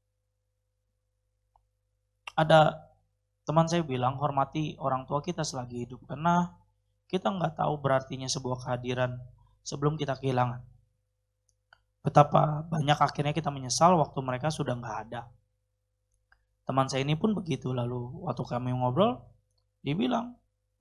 Ada teman saya bilang hormati orang tua kita selagi hidup. Karena kita gak tahu berartinya sebuah kehadiran sebelum kita kehilangan. Betapa banyak akhirnya kita menyesal waktu mereka sudah gak ada. Teman saya ini pun begitu. Lalu waktu kami ngobrol, dia bilang,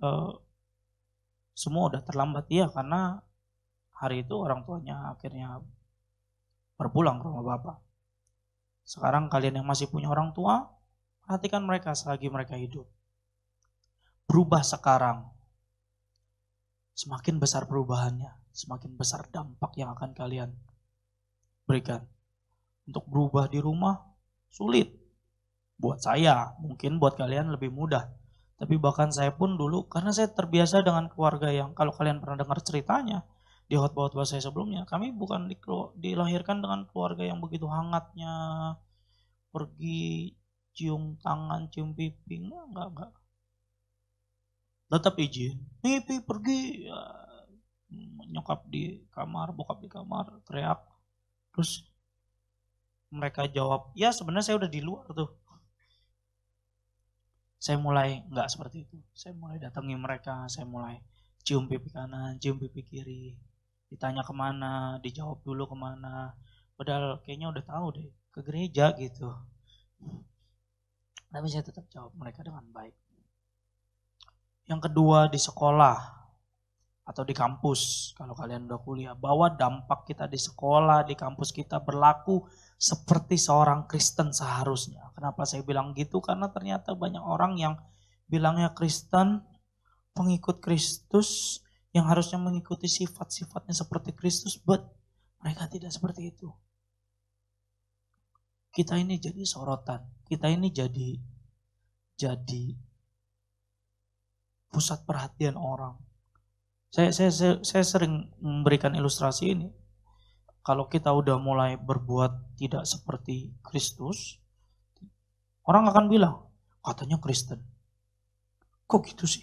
semua udah terlambat. Iya, karena hari itu orang tuanya akhirnya berpulang ke rumah bapak. Sekarang kalian yang masih punya orang tua, perhatikan mereka selagi mereka hidup. Berubah sekarang. Semakin besar perubahannya, semakin besar dampak yang akan kalian berikan. Untuk berubah di rumah, sulit. Buat saya, mungkin buat kalian lebih mudah. Tapi bahkan saya pun dulu, karena saya terbiasa dengan keluarga yang, kalau kalian pernah dengar ceritanya, di khotbah-khotbah saya sebelumnya, kami bukan dilahirkan dengan keluarga yang begitu hangatnya, pergi cium tangan, cium pipi, enggak. Tetap izin, pipi pergi, ya, nyokap di kamar, bokap di kamar, teriak. Terus mereka jawab, ya sebenarnya saya udah di luar tuh. Saya mulai enggak seperti itu. Saya mulai datangi mereka, saya mulai cium pipi kanan, cium pipi kiri. Ditanya kemana, dijawab dulu kemana. Padahal kayaknya udah tahu deh, ke gereja gitu. Tapi saya tetap jawab mereka dengan baik. Yang kedua, di sekolah atau di kampus, kalau kalian udah kuliah, bahwa dampak kita di sekolah, di kampus kita berlaku seperti seorang Kristen seharusnya. Kenapa saya bilang gitu? Karena ternyata banyak orang yang bilangnya Kristen, pengikut Kristus, yang harusnya mengikuti sifat-sifatnya seperti Kristus, but mereka tidak seperti itu. Kita ini jadi sorotan, kita ini jadi pusat perhatian orang. Saya sering memberikan ilustrasi ini. Kalau kita udah mulai berbuat tidak seperti Kristus, orang akan bilang, katanya Kristen. Kok gitu sih?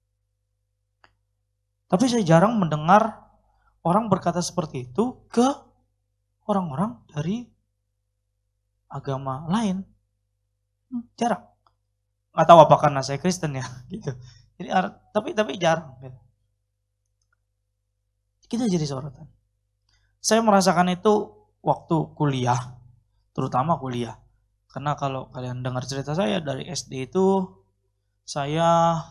Tapi saya jarang mendengar orang berkata seperti itu ke orang-orang dari agama lain. Jarang. Nggak tahu apa karena saya Kristen ya, gitu. Jadi tapi jarang. Gitu. Kita jadi sorotan. Saya merasakan itu waktu kuliah, terutama kuliah. Karena kalau kalian dengar cerita saya dari SD itu, saya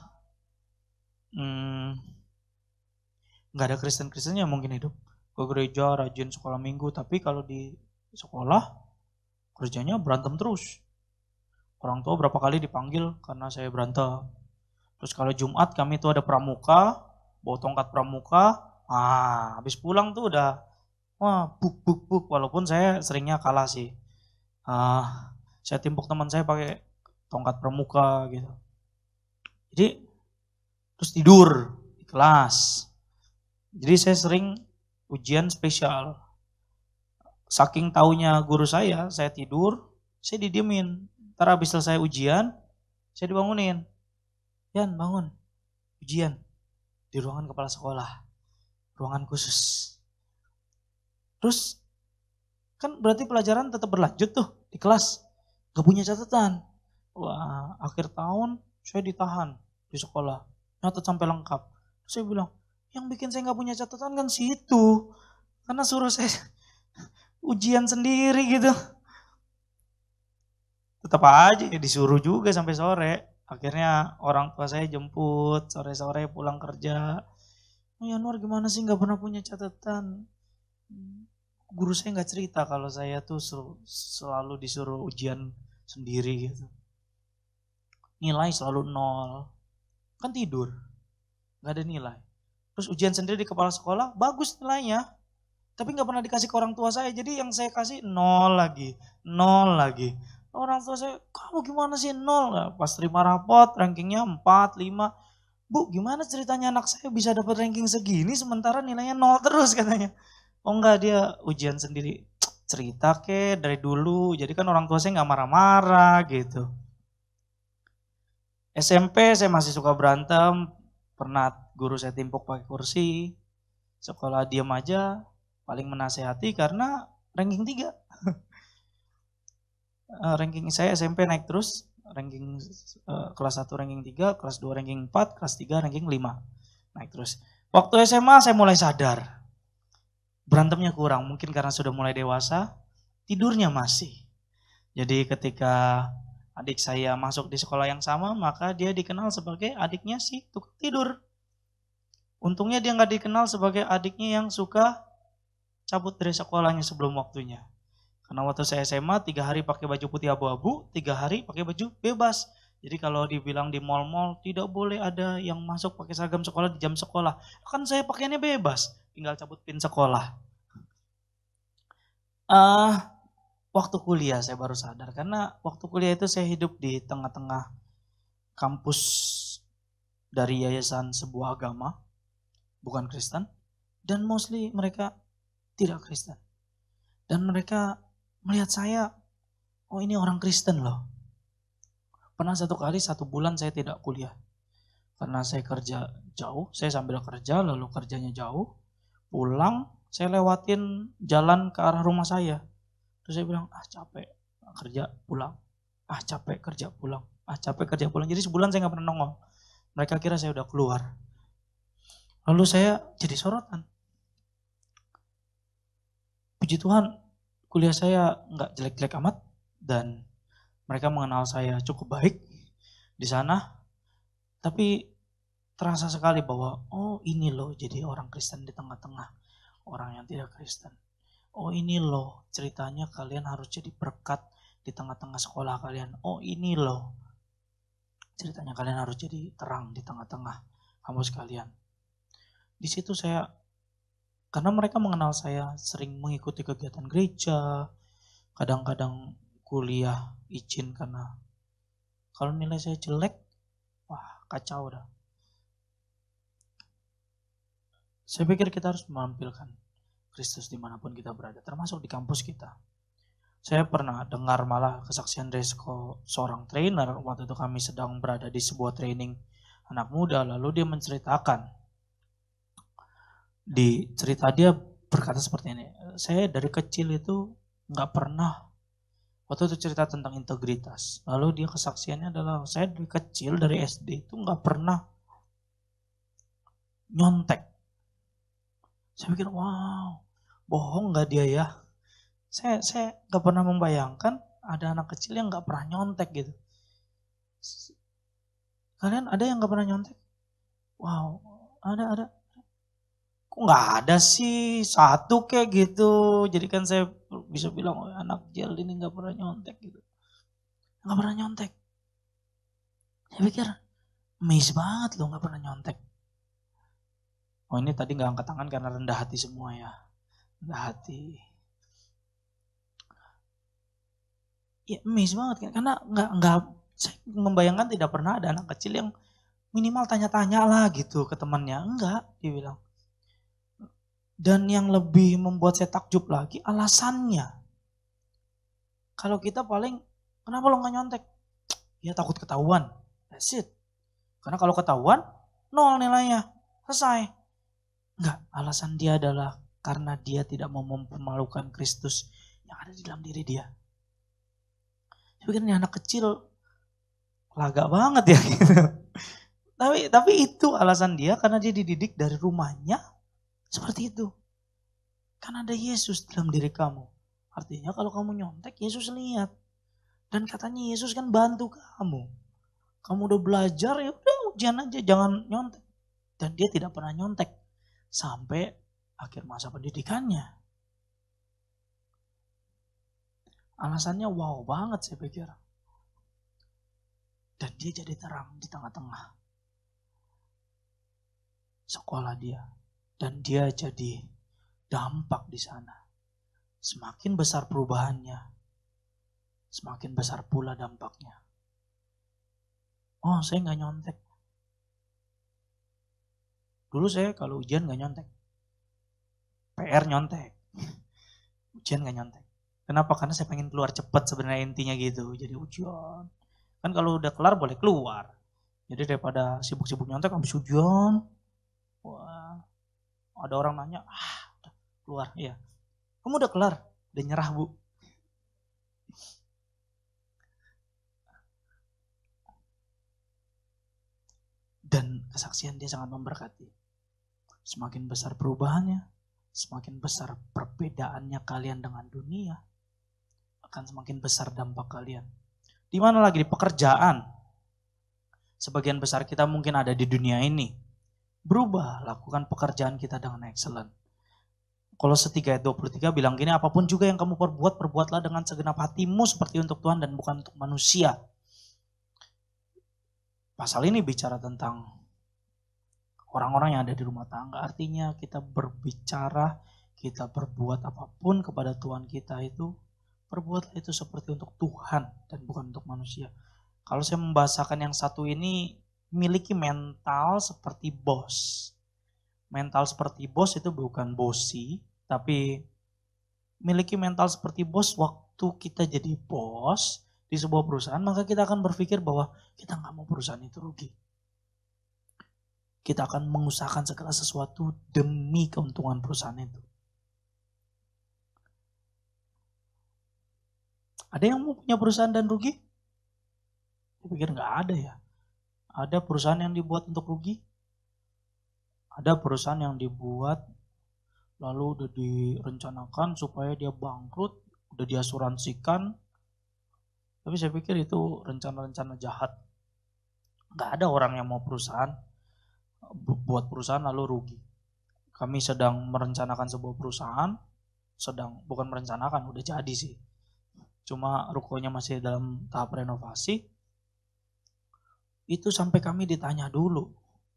nggak ada Kristen-Kristennya mungkin hidup. Ke gereja, rajin sekolah minggu, tapi kalau di sekolah, kerjanya berantem terus. Orang tua berapa kali dipanggil karena saya berantem. Terus kalau Jumat kami tuh ada pramuka, bawa tongkat pramuka, habis pulang tuh udah buk. Walaupun saya seringnya kalah sih. Saya timpuk teman saya pakai tongkat pramuka gitu. Jadi terus tidur di kelas. Jadi saya sering ujian spesial. Saking taunya guru saya tidur, saya didiemin. Ntar habis selesai ujian, saya dibangunin. Yan, bangun. Ujian di ruangan kepala sekolah. Ruangan khusus. Terus kan berarti pelajaran tetap berlanjut tuh di kelas. Gak punya catatan. Wah, akhir tahun saya ditahan di sekolah. Nyatet sampai lengkap. Terus saya bilang, yang bikin saya gak punya catatan kan situ. Karena suruh saya ujian sendiri gitu. Tetap aja disuruh juga sampai sore. Akhirnya orang tua saya jemput sore-sore pulang kerja. Yanuar gimana sih gak pernah punya catatan? Guru saya gak cerita kalau saya tuh selalu disuruh ujian sendiri gitu. nilai selalu 0. Kan tidur, gak ada nilai. Terus ujian sendiri di kepala sekolah, bagus nilainya. Tapi gak pernah dikasih ke orang tua saya, jadi yang saya kasih 0 lagi, 0 lagi. Orang tua saya, kamu gimana sih 0? Nah, pas terima rapot, rankingnya 4, 5. Bu, gimana ceritanya anak saya bisa dapat ranking segini sementara nilainya 0 terus katanya. Oh enggak, dia ujian sendiri. Cerita dari dulu, jadi kan orang tua saya gak marah-marah gitu. SMP saya masih suka berantem, pernah guru saya timpuk pakai kursi. Sekolah diam aja, paling menasehati karena ranking 3. Ranking saya SMP naik terus, ranking kelas 1 ranking 3, kelas 2 ranking 4, kelas 3 ranking 5. Naik terus. Waktu SMA saya mulai sadar, berantemnya kurang, mungkin karena sudah mulai dewasa, tidurnya masih. Jadi ketika adik saya masuk di sekolah yang sama, maka dia dikenal sebagai adiknya si tukang tidur. Untungnya dia nggak dikenal sebagai adiknya yang suka cabut dari sekolahnya sebelum waktunya. Karena waktu saya SMA 3 hari pakai baju putih abu-abu, 3 hari pakai baju bebas. Jadi kalau dibilang di mall-mall tidak boleh ada yang masuk pakai seragam sekolah di jam sekolah. Kan saya pakaiannya bebas, tinggal cabut pin sekolah. Waktu kuliah saya baru sadar, karena waktu kuliah itu saya hidup di tengah-tengah kampus dari yayasan sebuah agama, bukan Kristen, dan mostly mereka tidak Kristen. Dan mereka melihat saya, oh ini orang Kristen loh. Pernah satu kali 1 bulan saya tidak kuliah. Karena saya kerja jauh, saya sambil kerja lalu kerjanya jauh. Pulang, saya lewatin jalan ke arah rumah saya. Terus saya bilang, capek kerja pulang. Capek kerja pulang. Capek kerja pulang. Jadi sebulan saya gak pernah nongol. Mereka kira saya udah keluar. Lalu saya jadi sorotan. Puji Tuhan, kuliah saya gak jelek-jelek amat. Dan mereka mengenal saya cukup baik di sana. Tapi terasa sekali bahwa, oh ini loh jadi orang Kristen di tengah-tengah orang yang tidak Kristen. Oh ini loh ceritanya kalian harus jadi berkat di tengah-tengah sekolah kalian. Oh ini loh ceritanya kalian harus jadi terang di tengah-tengah kampus kalian. Di situ saya, karena mereka mengenal saya sering mengikuti kegiatan gereja, kadang-kadang kuliah izin karena kalau nilai saya jelek, wah kacau dah. Saya pikir kita harus menampilkan Kristus dimanapun kita berada, termasuk di kampus kita. Saya pernah dengar malah kesaksian dari seorang trainer, waktu itu kami sedang berada di sebuah training anak muda, lalu dia menceritakan, di cerita dia berkata seperti ini, saya dari kecil itu gak pernah, waktu itu cerita tentang integritas, lalu dia kesaksiannya adalah, saya dari kecil, dari SD itu gak pernah nyontek. Saya pikir, wow, bohong gak dia ya? Saya gak pernah membayangkan ada anak kecil yang gak pernah nyontek gitu. Kalian ada yang gak pernah nyontek? Wow, ada. Kok gak ada sih, satu kayak gitu. Jadi kan saya bisa bilang, oh, anak kecil ini gak pernah nyontek gitu. Gak pernah nyontek. Saya pikir, amazed banget loh gak pernah nyontek. Oh ini tadi gak angkat tangan karena rendah hati semua ya. Rendah hati. Ya amazed banget kan, karena nggak saya membayangkan tidak pernah ada anak kecil yang minimal tanya-tanya lah gitu ke temannya. Enggak, dia bilang. Dan yang lebih membuat saya takjub lagi alasannya. Kalau kita paling, kenapa lo nggak nyontek? Ya takut ketahuan. That's it. Karena kalau ketahuan, 0 nilainya. Selesai. Enggak, alasan dia adalah karena dia tidak mau mempermalukan Kristus yang ada di dalam diri dia. Saya pikir ini anak kecil laga banget ya gitu. Tapi itu alasan dia karena dia dididik dari rumahnya seperti itu. Karena ada Yesus dalam diri kamu. Artinya kalau kamu nyontek, Yesus lihat. Dan katanya Yesus kan bantu kamu. Kamu udah belajar, ya udah ujian aja, jangan nyontek. Dan dia tidak pernah nyontek sampai akhir masa pendidikannya. Alasannya wow banget saya pikir. Dan dia jadi terang di tengah-tengah sekolah dia. Dan dia jadi dampak di sana. Semakin besar perubahannya, semakin besar pula dampaknya. Oh, saya nggak nyontek. Dulu saya kalau ujian nggak nyontek. PR nyontek. Ujian nggak nyontek. Kenapa? Karena saya pengen keluar cepat sebenarnya intinya gitu. Jadi ujian. Kan kalau udah kelar boleh keluar. Jadi daripada sibuk-sibuk nyontek habis ujian. Wah, ada orang nanya, udah keluar. Iya. Kamu udah kelar? Udah nyerah, Bu. Dan kesaksian dia sangat memberkati. Semakin besar perubahannya, semakin besar perbedaannya kalian dengan dunia, akan semakin besar dampak kalian. Di mana lagi? Di pekerjaan. Sebagian besar kita mungkin ada di dunia ini. Berubah, lakukan pekerjaan kita dengan excellent. Kolose 3 ayat 23 bilang gini, apapun juga yang kamu perbuat, perbuatlah dengan segenap hatimu seperti untuk Tuhan dan bukan untuk manusia. Pasal ini bicara tentang orang-orang yang ada di rumah tangga. Artinya kita berbicara, kita berbuat apapun kepada Tuhan kita itu, perbuatlah itu seperti untuk Tuhan dan bukan untuk manusia. Kalau saya membahasakan yang satu ini, miliki mental seperti bos. Mental seperti bos itu bukan bosi, tapi miliki mental seperti bos. Waktu kita jadi bos di sebuah perusahaan, maka kita akan berpikir bahwa kita nggak mau perusahaan itu rugi. Kita akan mengusahakan segala sesuatu demi keuntungan perusahaan itu. Ada yang mau punya perusahaan dan rugi? Saya pikir nggak ada ya. Ada perusahaan yang dibuat untuk rugi. Ada perusahaan yang dibuat lalu udah direncanakan supaya dia bangkrut, udah diasuransikan. Tapi saya pikir itu rencana-rencana jahat. Nggak ada orang yang mau perusahaan, buat perusahaan lalu rugi. Kami sedang merencanakan sebuah perusahaan, bukan merencanakan, udah jadi sih. Cuma rukonya masih dalam tahap renovasi. Itu sampai kami ditanya dulu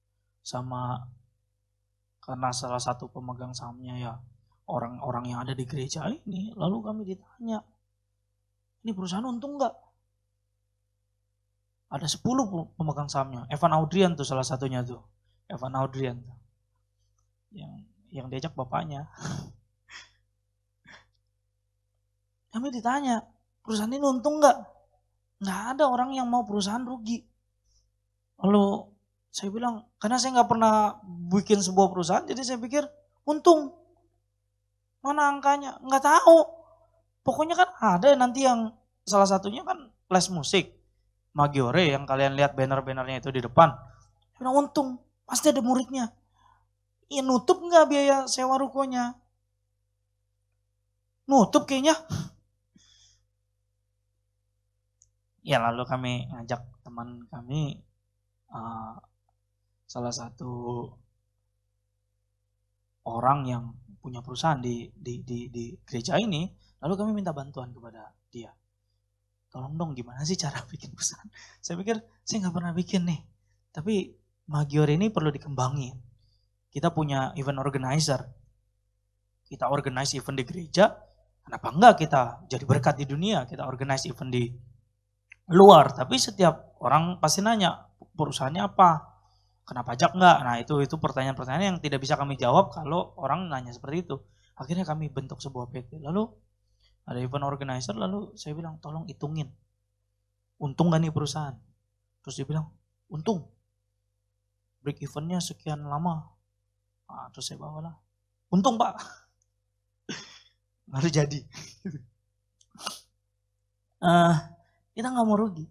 karena salah satu pemegang sahamnya ya orang-orang yang ada di gereja ini. Lalu kami ditanya, ini perusahaan untung nggak? Ada 10 pemegang sahamnya. Evan Audrian tuh salah satunya tuh. Evan Audrian tuh. Yang diajak bapaknya. Kami ditanya, perusahaan ini untung nggak? Nggak ada orang yang mau perusahaan rugi. Lalu saya bilang, karena saya nggak pernah bikin sebuah perusahaan, jadi saya pikir untung. Mana angkanya? Nggak tahu. Pokoknya kan ada nanti yang salah satunya kan les musik. Maggiore yang kalian lihat banner-bannernya itu di depan. Saya bilang untung, pasti ada muridnya. Ya nutup nggak biaya sewa rukonya? Nutup kayaknya. Ya lalu kami ngajak teman kami, salah satu orang yang punya perusahaan di gereja ini, lalu kami minta bantuan kepada dia. Tolong dong gimana sih cara bikin perusahaan? Saya pikir saya nggak pernah bikin nih, tapi Maggiore ini perlu dikembangin. Kita punya event organizer, kita organize event di gereja, kenapa enggak kita jadi berkat di dunia, kita organize event di luar. Tapi setiap orang pasti nanya, perusahaannya apa? Kena pajak enggak? Nah itu pertanyaan-pertanyaan yang tidak bisa kami jawab kalau orang nanya seperti itu. Akhirnya kami bentuk sebuah PT. Lalu ada event organizer, lalu saya bilang tolong hitungin. Untung gak nih perusahaan? Terus dia bilang, untung. Break eventnya sekian lama. Nah, terus saya bawalah. Untung Pak. Harus jadi. Kita gak mau rugi.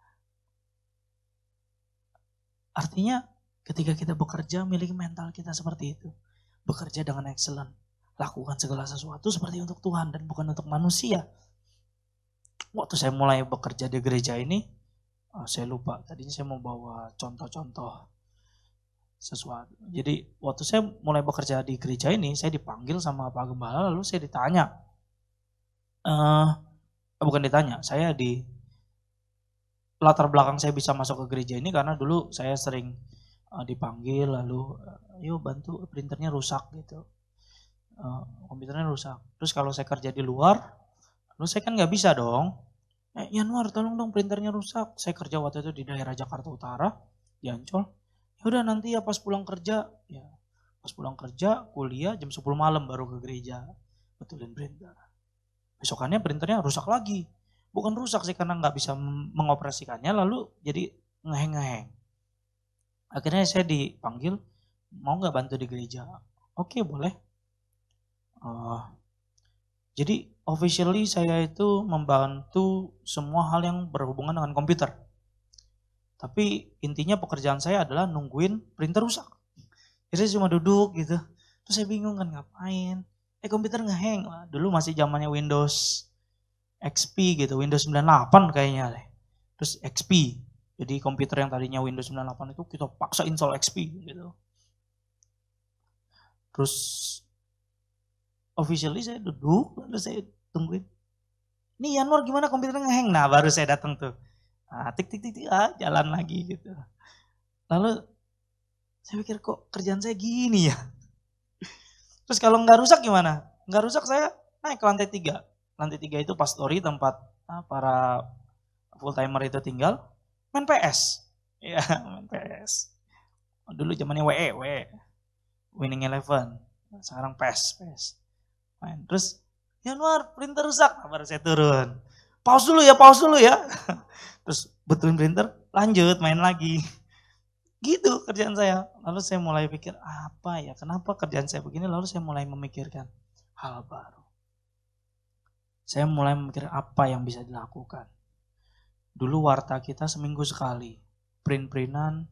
Artinya ketika kita bekerja, miliki mental kita seperti itu. Bekerja dengan excellent. Lakukan segala sesuatu seperti untuk Tuhan dan bukan untuk manusia. Waktu saya mulai bekerja di gereja ini, saya lupa. Tadinya saya mau bawa contoh-contoh sesuatu. Jadi waktu saya mulai bekerja di gereja ini, saya dipanggil sama Pak Gembala, lalu saya ditanya. Bukan ditanya, saya latar belakang saya bisa masuk ke gereja ini karena dulu saya sering dipanggil lalu yuk bantu printernya rusak gitu. Komputernya rusak. Terus kalau saya kerja di luar, lalu saya kan nggak bisa dong. Yanuar tolong dong printernya rusak. Saya kerja waktu itu di daerah Jakarta Utara, di Ancol. Ya udah nanti ya pas pulang kerja, ya pas pulang kerja kuliah jam 10 malam baru ke gereja betulin printer. Besokannya printernya rusak lagi. Bukan rusak sih karena nggak bisa mengoperasikannya lalu jadi ngeheng-ngeheng. Akhirnya saya dipanggil, mau nggak bantu di gereja? Oke boleh. Jadi officially saya itu membantu semua hal yang berhubungan dengan komputer. Tapi intinya pekerjaan saya adalah nungguin printer rusak. Jadi saya cuma duduk gitu. Terus saya bingung kan ngapain. Komputer ngehang. Dulu masih zamannya Windows XP gitu. Windows 98 kayaknya deh. Terus XP. Jadi komputer yang tadinya Windows 98 itu kita paksa install XP gitu. Terus officially saya duduk. Lalu saya tungguin. Ini Yanuar gimana komputernya ngehang. Nah baru saya datang tuh. Tik jalan lagi gitu. Lalu saya pikir kok kerjaan saya gini ya. Terus kalau nggak rusak gimana? Nggak rusak saya naik ke lantai 3. Lantai 3 itu pastori tempat para full timer itu tinggal. Main PS. Ya main PS. Dulu zamannya WE. Winning Eleven. Sekarang PES. Main. Terus Yanuar printer rusak. Nah, baru saya turun. Pause dulu ya. Terus betulin printer lanjut main lagi. Gitu kerjaan saya. Lalu saya mulai pikir apa ya, kenapa kerjaan saya begini. Lalu saya mulai memikirkan hal baru. Saya mulai memikir apa yang bisa dilakukan. Dulu warta kita seminggu sekali. Print-printan.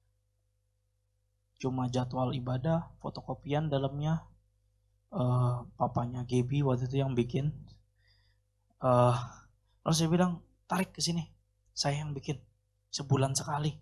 Cuma jadwal ibadah, fotokopian dalamnya. Papanya Gaby waktu itu yang bikin. Lalu saya bilang tarik ke sini. Saya yang bikin. Sebulan sekali.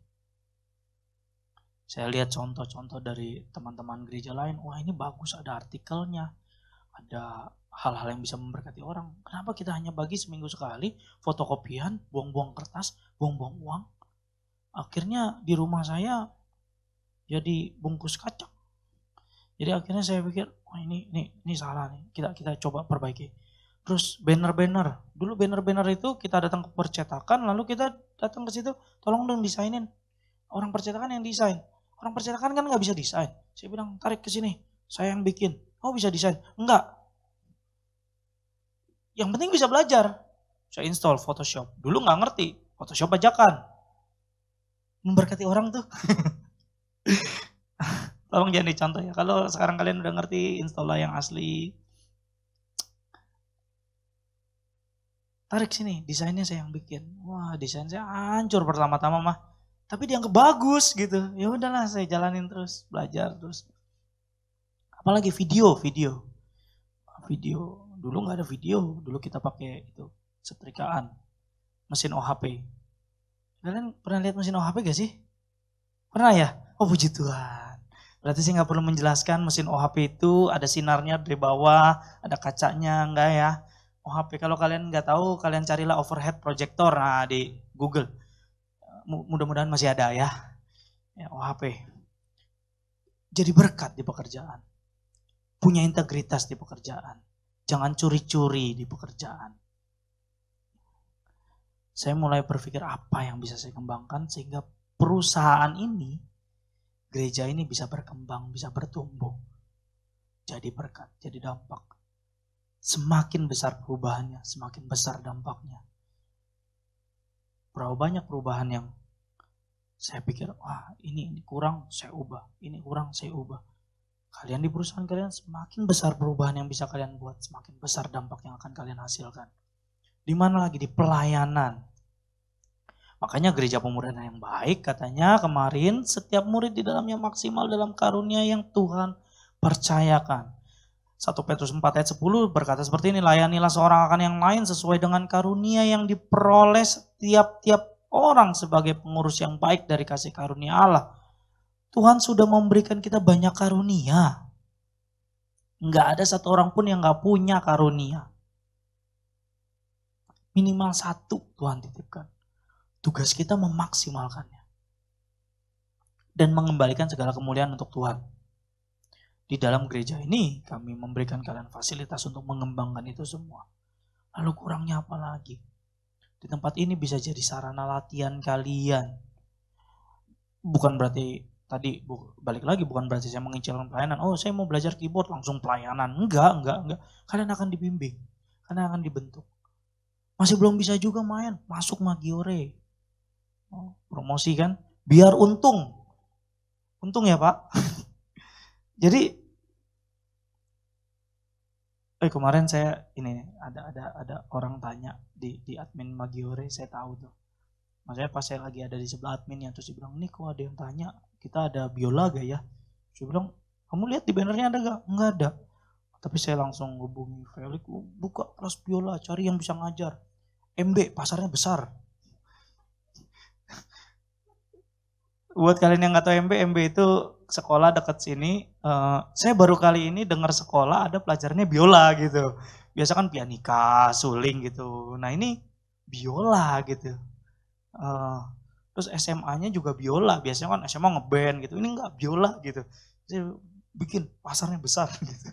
Saya lihat contoh-contoh dari teman-teman gereja lain. Wah ini bagus, ada artikelnya. Ada hal-hal yang bisa memberkati orang. Kenapa kita hanya bagi seminggu sekali, fotokopian, buang-buang kertas, buang-buang uang. Akhirnya di rumah saya jadi bungkus kacang. Jadi akhirnya saya pikir, wah ini salah nih, kita coba perbaiki. Terus banner-banner, dulu banner-banner itu kita datang ke percetakan, lalu kita datang ke situ, tolong dong desainin. Orang percetakan yang desain. Orang percetakan kan nggak bisa desain. Saya bilang tarik ke sini, saya yang bikin. Oh bisa desain? Enggak. Yang penting bisa belajar. Saya install Photoshop. Dulu nggak ngerti. Photoshop bajakan. Memberkati orang tuh. Tolong jangan dicontoh ya. Kalau sekarang kalian udah ngerti, install lah yang asli. Tarik sini, desainnya saya yang bikin. Wah desain saya hancur pertama-tama mah. Tapi dianggap bagus gitu. Ya udahlah saya jalanin terus, belajar terus. Apalagi video. Dulu nggak ada video. Dulu kita pakai itu setrikaan, mesin OHP. Kalian pernah lihat mesin OHP gak sih? Pernah ya? Oh puji Tuhan. Berarti saya nggak perlu menjelaskan mesin OHP itu ada sinarnya dari bawah, ada kacanya, enggak ya? OHP kalau kalian nggak tahu, kalian carilah overhead projector di Google. Mudah-mudahan masih ada ya OHP. Jadi berkat di pekerjaan. Punya integritas di pekerjaan. Jangan curi-curi di pekerjaan. Saya mulai berpikir apa yang bisa saya kembangkan sehingga perusahaan ini, gereja ini bisa berkembang, bisa bertumbuh. Jadi berkat, jadi dampak. Semakin besar perubahannya, semakin besar dampaknya. Berapa banyak perubahan yang saya pikir, wah ini kurang, saya ubah. Ini kurang, saya ubah. Kalian di perusahaan kalian semakin besar perubahan yang bisa kalian buat, semakin besar dampak yang akan kalian hasilkan. Di mana lagi? Di pelayanan. Makanya gereja pemuda yang baik katanya kemarin setiap murid di dalamnya maksimal dalam karunia yang Tuhan percayakan. 1 Petrus 4 ayat 10 berkata seperti ini, layanilah seorang akan yang lain sesuai dengan karunia yang diperoleh setiap orang sebagai pengurus yang baik dari kasih karunia Allah. Tuhan sudah memberikan kita banyak karunia. Enggak ada satu orang pun yang enggak punya karunia. Minimal satu Tuhan titipkan. Tugas kita memaksimalkannya. Dan mengembalikan segala kemuliaan untuk Tuhan. Di dalam gereja ini kami memberikan kalian fasilitas untuk mengembangkan itu semua. Lalu kurangnya apa lagi? Di tempat ini bisa jadi sarana latihan kalian. Bukan berarti tadi balik lagi, bukan berarti saya mengincar pelayanan. Oh, saya mau belajar keyboard langsung pelayanan. Enggak. Kalian akan dibimbing. Kalian akan dibentuk. Masih belum bisa juga main, masuk Magiore. Oh, promosi kan? Biar untung. Untung ya, Pak. Jadi kemarin saya ini ada orang tanya di admin Magiore, saya tahu tuh. Maksudnya pas saya lagi ada di sebelah admin yang terus dia bilang, "Nih kok ada yang tanya, kita ada biola gak ya?" Saya bilang, "Kamu lihat di bannernya ada gak?" "Enggak ada." Tapi saya langsung hubungi Felix, "Buka kelas biola, cari yang bisa ngajar. MB, pasarnya besar." Buat kalian yang gak tahu MB itu sekolah dekat sini. Saya baru kali ini dengar sekolah ada pelajarannya biola gitu. Biasa kan pianika, suling gitu. Nah ini biola gitu. Terus SMA-nya juga biola. Biasanya kan SMA ngeband gitu. Ini enggak, biola gitu. Saya bikin pasarnya besar gitu.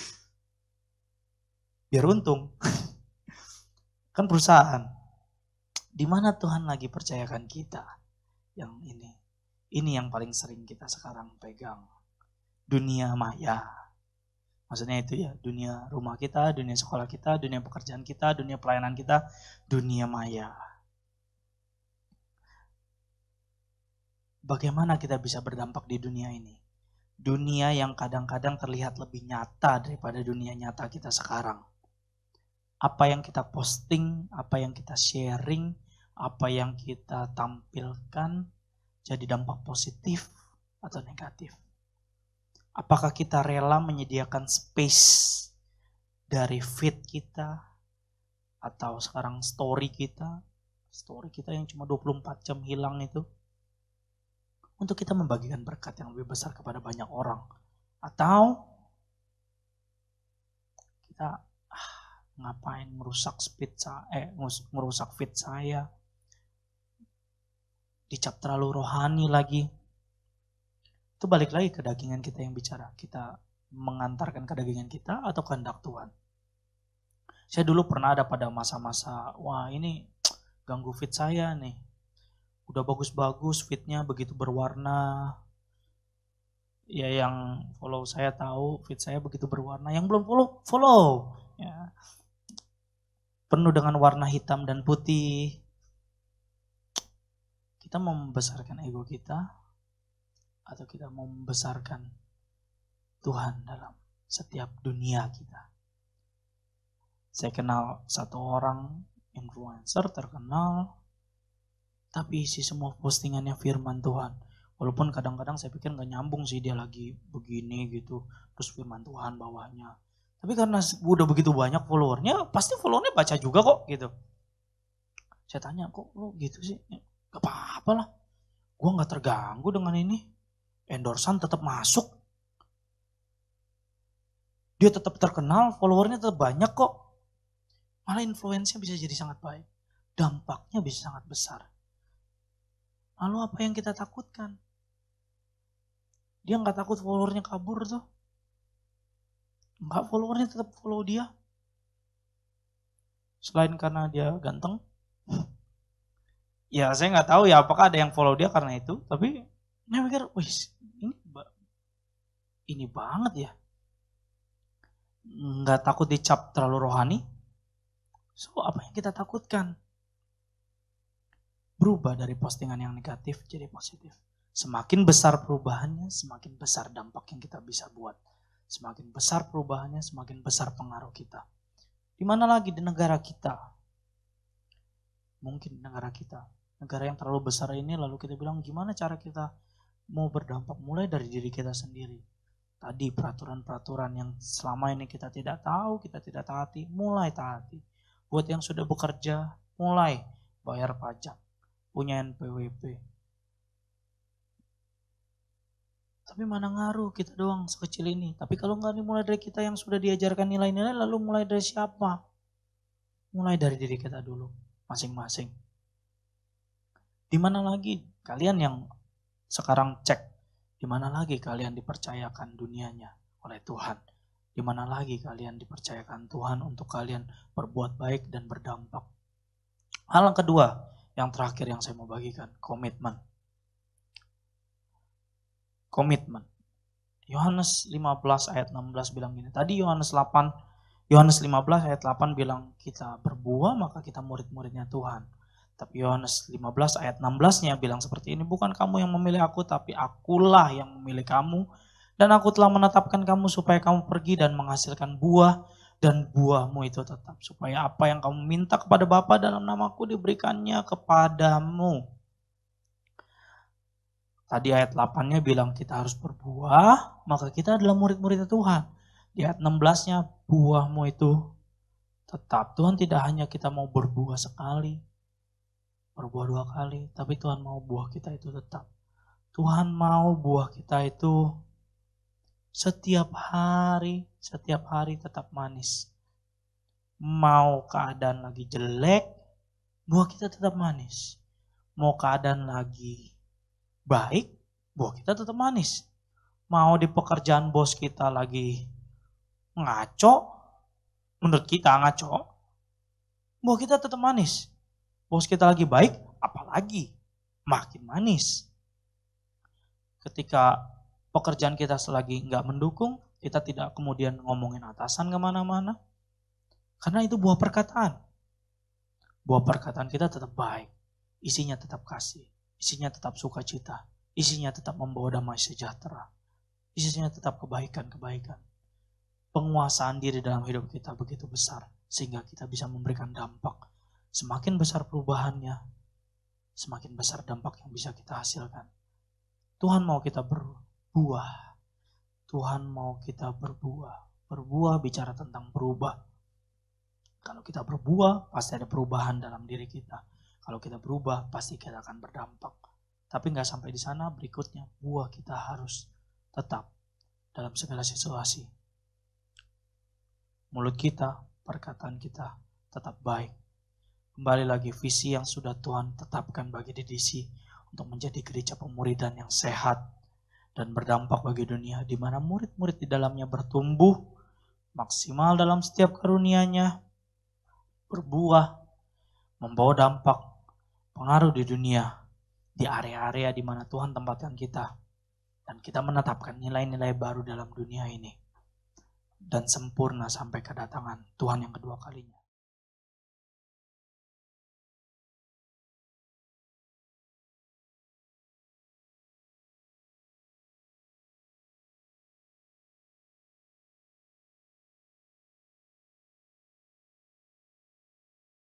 Biar untung. Kan perusahaan. Di mana Tuhan lagi percayakan kita yang ini. Ini yang paling sering kita sekarang pegang. Dunia maya. Maksudnya itu ya, dunia rumah kita, dunia sekolah kita, dunia pekerjaan kita, dunia pelayanan kita, dunia maya. Bagaimana kita bisa berdampak di dunia ini? Dunia yang kadang-kadang terlihat lebih nyata daripada dunia nyata kita sekarang. Apa yang kita posting, apa yang kita sharing, apa yang kita tampilkan, jadi dampak positif atau negatif. Apakah kita rela menyediakan space dari feed kita atau sekarang story kita yang cuma 24 jam hilang itu, untuk kita membagikan berkat yang lebih besar kepada banyak orang. Atau kita ngapain merusak feed saya, dicap terlalu rohani lagi. Itu balik lagi ke dagingan kita yang bicara. Kita mengantarkan kedagingan kita atau kehendak Tuhan. Saya dulu pernah ada pada masa-masa, wah ini ganggu feed saya nih. Udah bagus-bagus feednya begitu berwarna. Ya yang follow saya tahu feed saya begitu berwarna. Yang belum follow. Ya. Penuh dengan warna hitam dan putih. Kita mau membesarkan ego kita atau kita mau membesarkan Tuhan dalam setiap dunia kita. Saya kenal satu orang influencer terkenal, tapi isi semua postingannya firman Tuhan. Walaupun kadang-kadang saya pikir gak nyambung sih, dia lagi begini gitu, terus firman Tuhan bawahnya. Tapi karena udah begitu banyak followernya, pasti followernya baca juga kok gitu. Saya tanya, kok lu gitu sih? Gak apa-apa lah, gue gak terganggu dengan ini. Endorsan tetap masuk. Dia tetap terkenal, followernya tetap banyak kok. Malah influence-nya bisa jadi sangat baik. Dampaknya bisa sangat besar. Lalu apa yang kita takutkan? Dia gak takut followernya kabur tuh. Enggak, followernya tetap follow dia. Selain karena dia ganteng. Ya saya gak tahu ya apakah ada yang follow dia karena itu. Tapi saya pikir, wih ini banget ya. Gak takut dicap terlalu rohani. So apa yang kita takutkan? Berubah dari postingan yang negatif jadi positif. Semakin besar perubahannya, semakin besar dampak yang kita bisa buat. Semakin besar perubahannya, semakin besar pengaruh kita. Di mana lagi? Di negara kita. Mungkin di negara kita. Negara yang terlalu besar ini lalu kita bilang gimana cara kita mau berdampak, mulai dari diri kita sendiri. Tadi peraturan-peraturan yang selama ini kita tidak tahu, kita tidak taati, mulai taati. Buat yang sudah bekerja, mulai bayar pajak, punya NPWP. Tapi mana ngaruh kita doang sekecil ini. Tapi kalau nggak dimulai dari kita yang sudah diajarkan nilai-nilai, lalu mulai dari siapa? Mulai dari diri kita dulu, masing-masing. Di mana lagi kalian yang sekarang cek, di mana lagi kalian dipercayakan dunianya oleh Tuhan? Di mana lagi kalian dipercayakan Tuhan untuk kalian berbuat baik dan berdampak? Hal yang kedua, yang terakhir yang saya mau bagikan, komitmen. Komitmen. Yohanes 15 ayat 16 bilang gini. Tadi Yohanes 15 ayat 8 bilang kita berbuah maka kita murid-muridnya Tuhan. Tapi Yohanes 15 ayat 16-nya bilang seperti ini, bukan kamu yang memilih aku, tapi akulah yang memilih kamu. Dan aku telah menetapkan kamu supaya kamu pergi dan menghasilkan buah, dan buahmu itu tetap. Supaya apa yang kamu minta kepada Bapa dalam namaku diberikannya kepadamu. Tadi ayat 8-nya bilang kita harus berbuah, maka kita adalah murid-murid Tuhan. Di ayat 16-nya buahmu itu tetap. Tuhan tidak hanya kita mau berbuah sekali, berbuah 2 kali, tapi Tuhan mau buah kita itu tetap. Tuhan mau buah kita itu setiap hari tetap manis. Mau keadaan lagi jelek, buah kita tetap manis. Mau keadaan lagi baik, buah kita tetap manis. Mau di pekerjaan bos kita lagi ngaco, menurut kita ngaco, buah kita tetap manis. Bos kita lagi baik, apalagi makin manis. Ketika pekerjaan kita selagi nggak mendukung, kita tidak kemudian ngomongin atasan kemana-mana. Karena itu buah perkataan. Buah perkataan kita tetap baik, isinya tetap kasih, isinya tetap sukacita, isinya tetap membawa damai sejahtera, isinya tetap kebaikan-kebaikan. Penguasaan diri dalam hidup kita begitu besar, sehingga kita bisa memberikan dampak. Semakin besar perubahannya, semakin besar dampak yang bisa kita hasilkan. Tuhan mau kita berbuah. Tuhan mau kita berbuah. Berbuah bicara tentang berubah. Kalau kita berbuah, pasti ada perubahan dalam diri kita. Kalau kita berubah, pasti kita akan berdampak. Tapi nggak sampai di sana, berikutnya buah kita harus tetap dalam segala situasi. Mulut kita, perkataan kita tetap baik. Kembali lagi visi yang sudah Tuhan tetapkan bagi DDC untuk menjadi gereja pemuridan yang sehat dan berdampak bagi dunia, di mana murid-murid di dalamnya bertumbuh maksimal dalam setiap karunia-Nya, berbuah, membawa dampak, pengaruh di dunia, di area-area di mana Tuhan tempatkan kita, dan kita menetapkan nilai-nilai baru dalam dunia ini, dan sempurna sampai kedatangan Tuhan yang kedua kalinya.